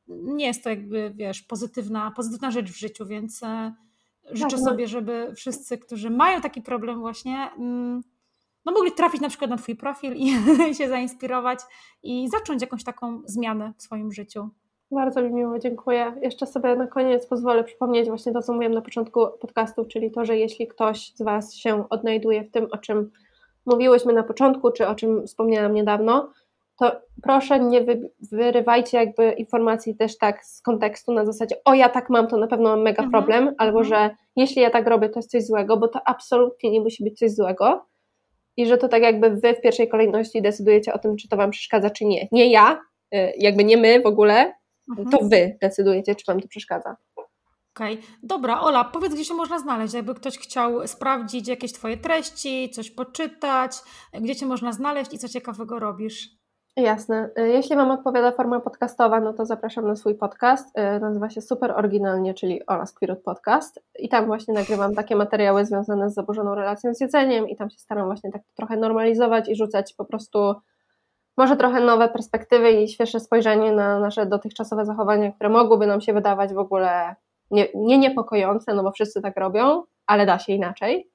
Speaker 1: nie jest to jakby, wiesz, pozytywna rzecz w życiu, więc życzę sobie, żeby wszyscy, którzy mają taki problem właśnie, no mogli trafić na przykład na Twój profil i się zainspirować i zacząć jakąś taką zmianę w swoim życiu.
Speaker 2: Bardzo mi miło, dziękuję. Jeszcze sobie na koniec pozwolę przypomnieć właśnie to, co mówiłam na początku podcastu, czyli to, że jeśli ktoś z Was się odnajduje w tym, o czym mówiłyśmy na początku, czy o czym wspomniałam niedawno, to proszę nie wyrywajcie jakby informacji też tak z kontekstu na zasadzie ja tak mam, to na pewno mam mega problem, albo że jeśli ja tak robię, to jest coś złego, bo to absolutnie nie musi być coś złego i że to tak jakby Wy w pierwszej kolejności decydujecie o tym, czy to Wam przeszkadza, czy nie. Nie ja, jakby nie my w ogóle, to Wy decydujecie, czy Wam to przeszkadza.
Speaker 1: Okej. Dobra, Ola, powiedz, gdzie się można znaleźć, jakby ktoś chciał sprawdzić jakieś Twoje treści, coś poczytać, gdzie Cię można znaleźć i co ciekawego robisz?
Speaker 2: Jasne. Jeśli Wam odpowiada forma podcastowa, no to zapraszam na swój podcast. Nazywa się super oryginalnie, czyli Ola Skwirut Podcast. I tam właśnie nagrywam takie materiały związane z zaburzoną relacją z jedzeniem i tam się staram właśnie tak trochę normalizować i rzucać po prostu może trochę nowe perspektywy i świeże spojrzenie na nasze dotychczasowe zachowania, które mogłyby nam się wydawać w ogóle nie niepokojące, no bo wszyscy tak robią, ale da się inaczej.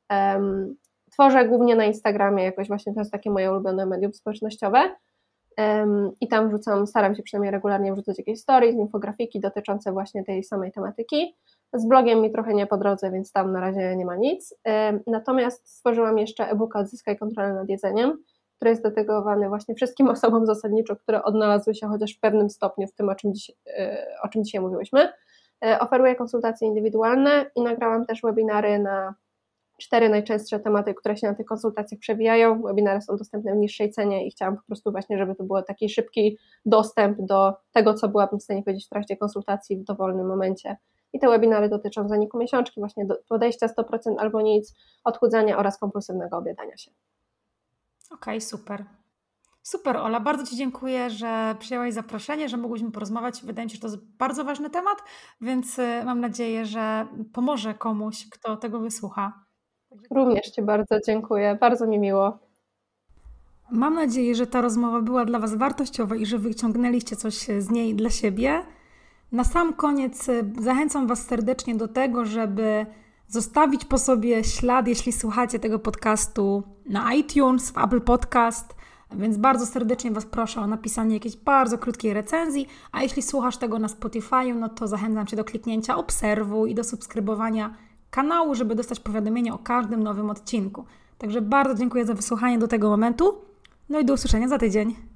Speaker 2: Tworzę głównie na Instagramie, jakoś właśnie to jest takie moje ulubione medium społecznościowe i tam staram się przynajmniej regularnie wrzucać jakieś stories, infografiki dotyczące właśnie tej samej tematyki. Z blogiem mi trochę nie po drodze, więc tam na razie nie ma nic. Natomiast stworzyłam jeszcze e-booka Odzyskaj kontrolę nad jedzeniem, który jest dedykowany właśnie wszystkim osobom zasadniczo, które odnalazły się chociaż w pewnym stopniu w tym, o czym dzisiaj mówiłyśmy. Oferuję konsultacje indywidualne i nagrałam też webinary na 4 najczęstsze tematy, które się na tych konsultacjach przewijają. Webinary są dostępne w niższej cenie i chciałam po prostu właśnie, żeby to był taki szybki dostęp do tego, co byłabym w stanie powiedzieć w trakcie konsultacji w dowolnym momencie. I te webinary dotyczą zaniku miesiączki, właśnie podejścia 100% albo nic, odchudzania oraz kompulsywnego obiadania się.
Speaker 1: Okej, super. Super, Ola, bardzo Ci dziękuję, że przyjęłaś zaproszenie, że mogłyśmy porozmawiać. Wydaje mi się, że to jest bardzo ważny temat, więc mam nadzieję, że pomoże komuś, kto tego wysłucha.
Speaker 2: Również Ci bardzo dziękuję, bardzo mi miło.
Speaker 1: Mam nadzieję, że ta rozmowa była dla Was wartościowa i że wyciągnęliście coś z niej dla siebie. Na sam koniec zachęcam Was serdecznie do tego, żeby zostawić po sobie ślad, jeśli słuchacie tego podcastu na iTunes, w Apple Podcast, więc bardzo serdecznie Was proszę o napisanie jakiejś bardzo krótkiej recenzji, a jeśli słuchasz tego na Spotify, no to zachęcam Cię do kliknięcia obserwuj i do subskrybowania kanału, żeby dostać powiadomienia o każdym nowym odcinku. Także bardzo dziękuję za wysłuchanie do tego momentu, no i do usłyszenia za tydzień.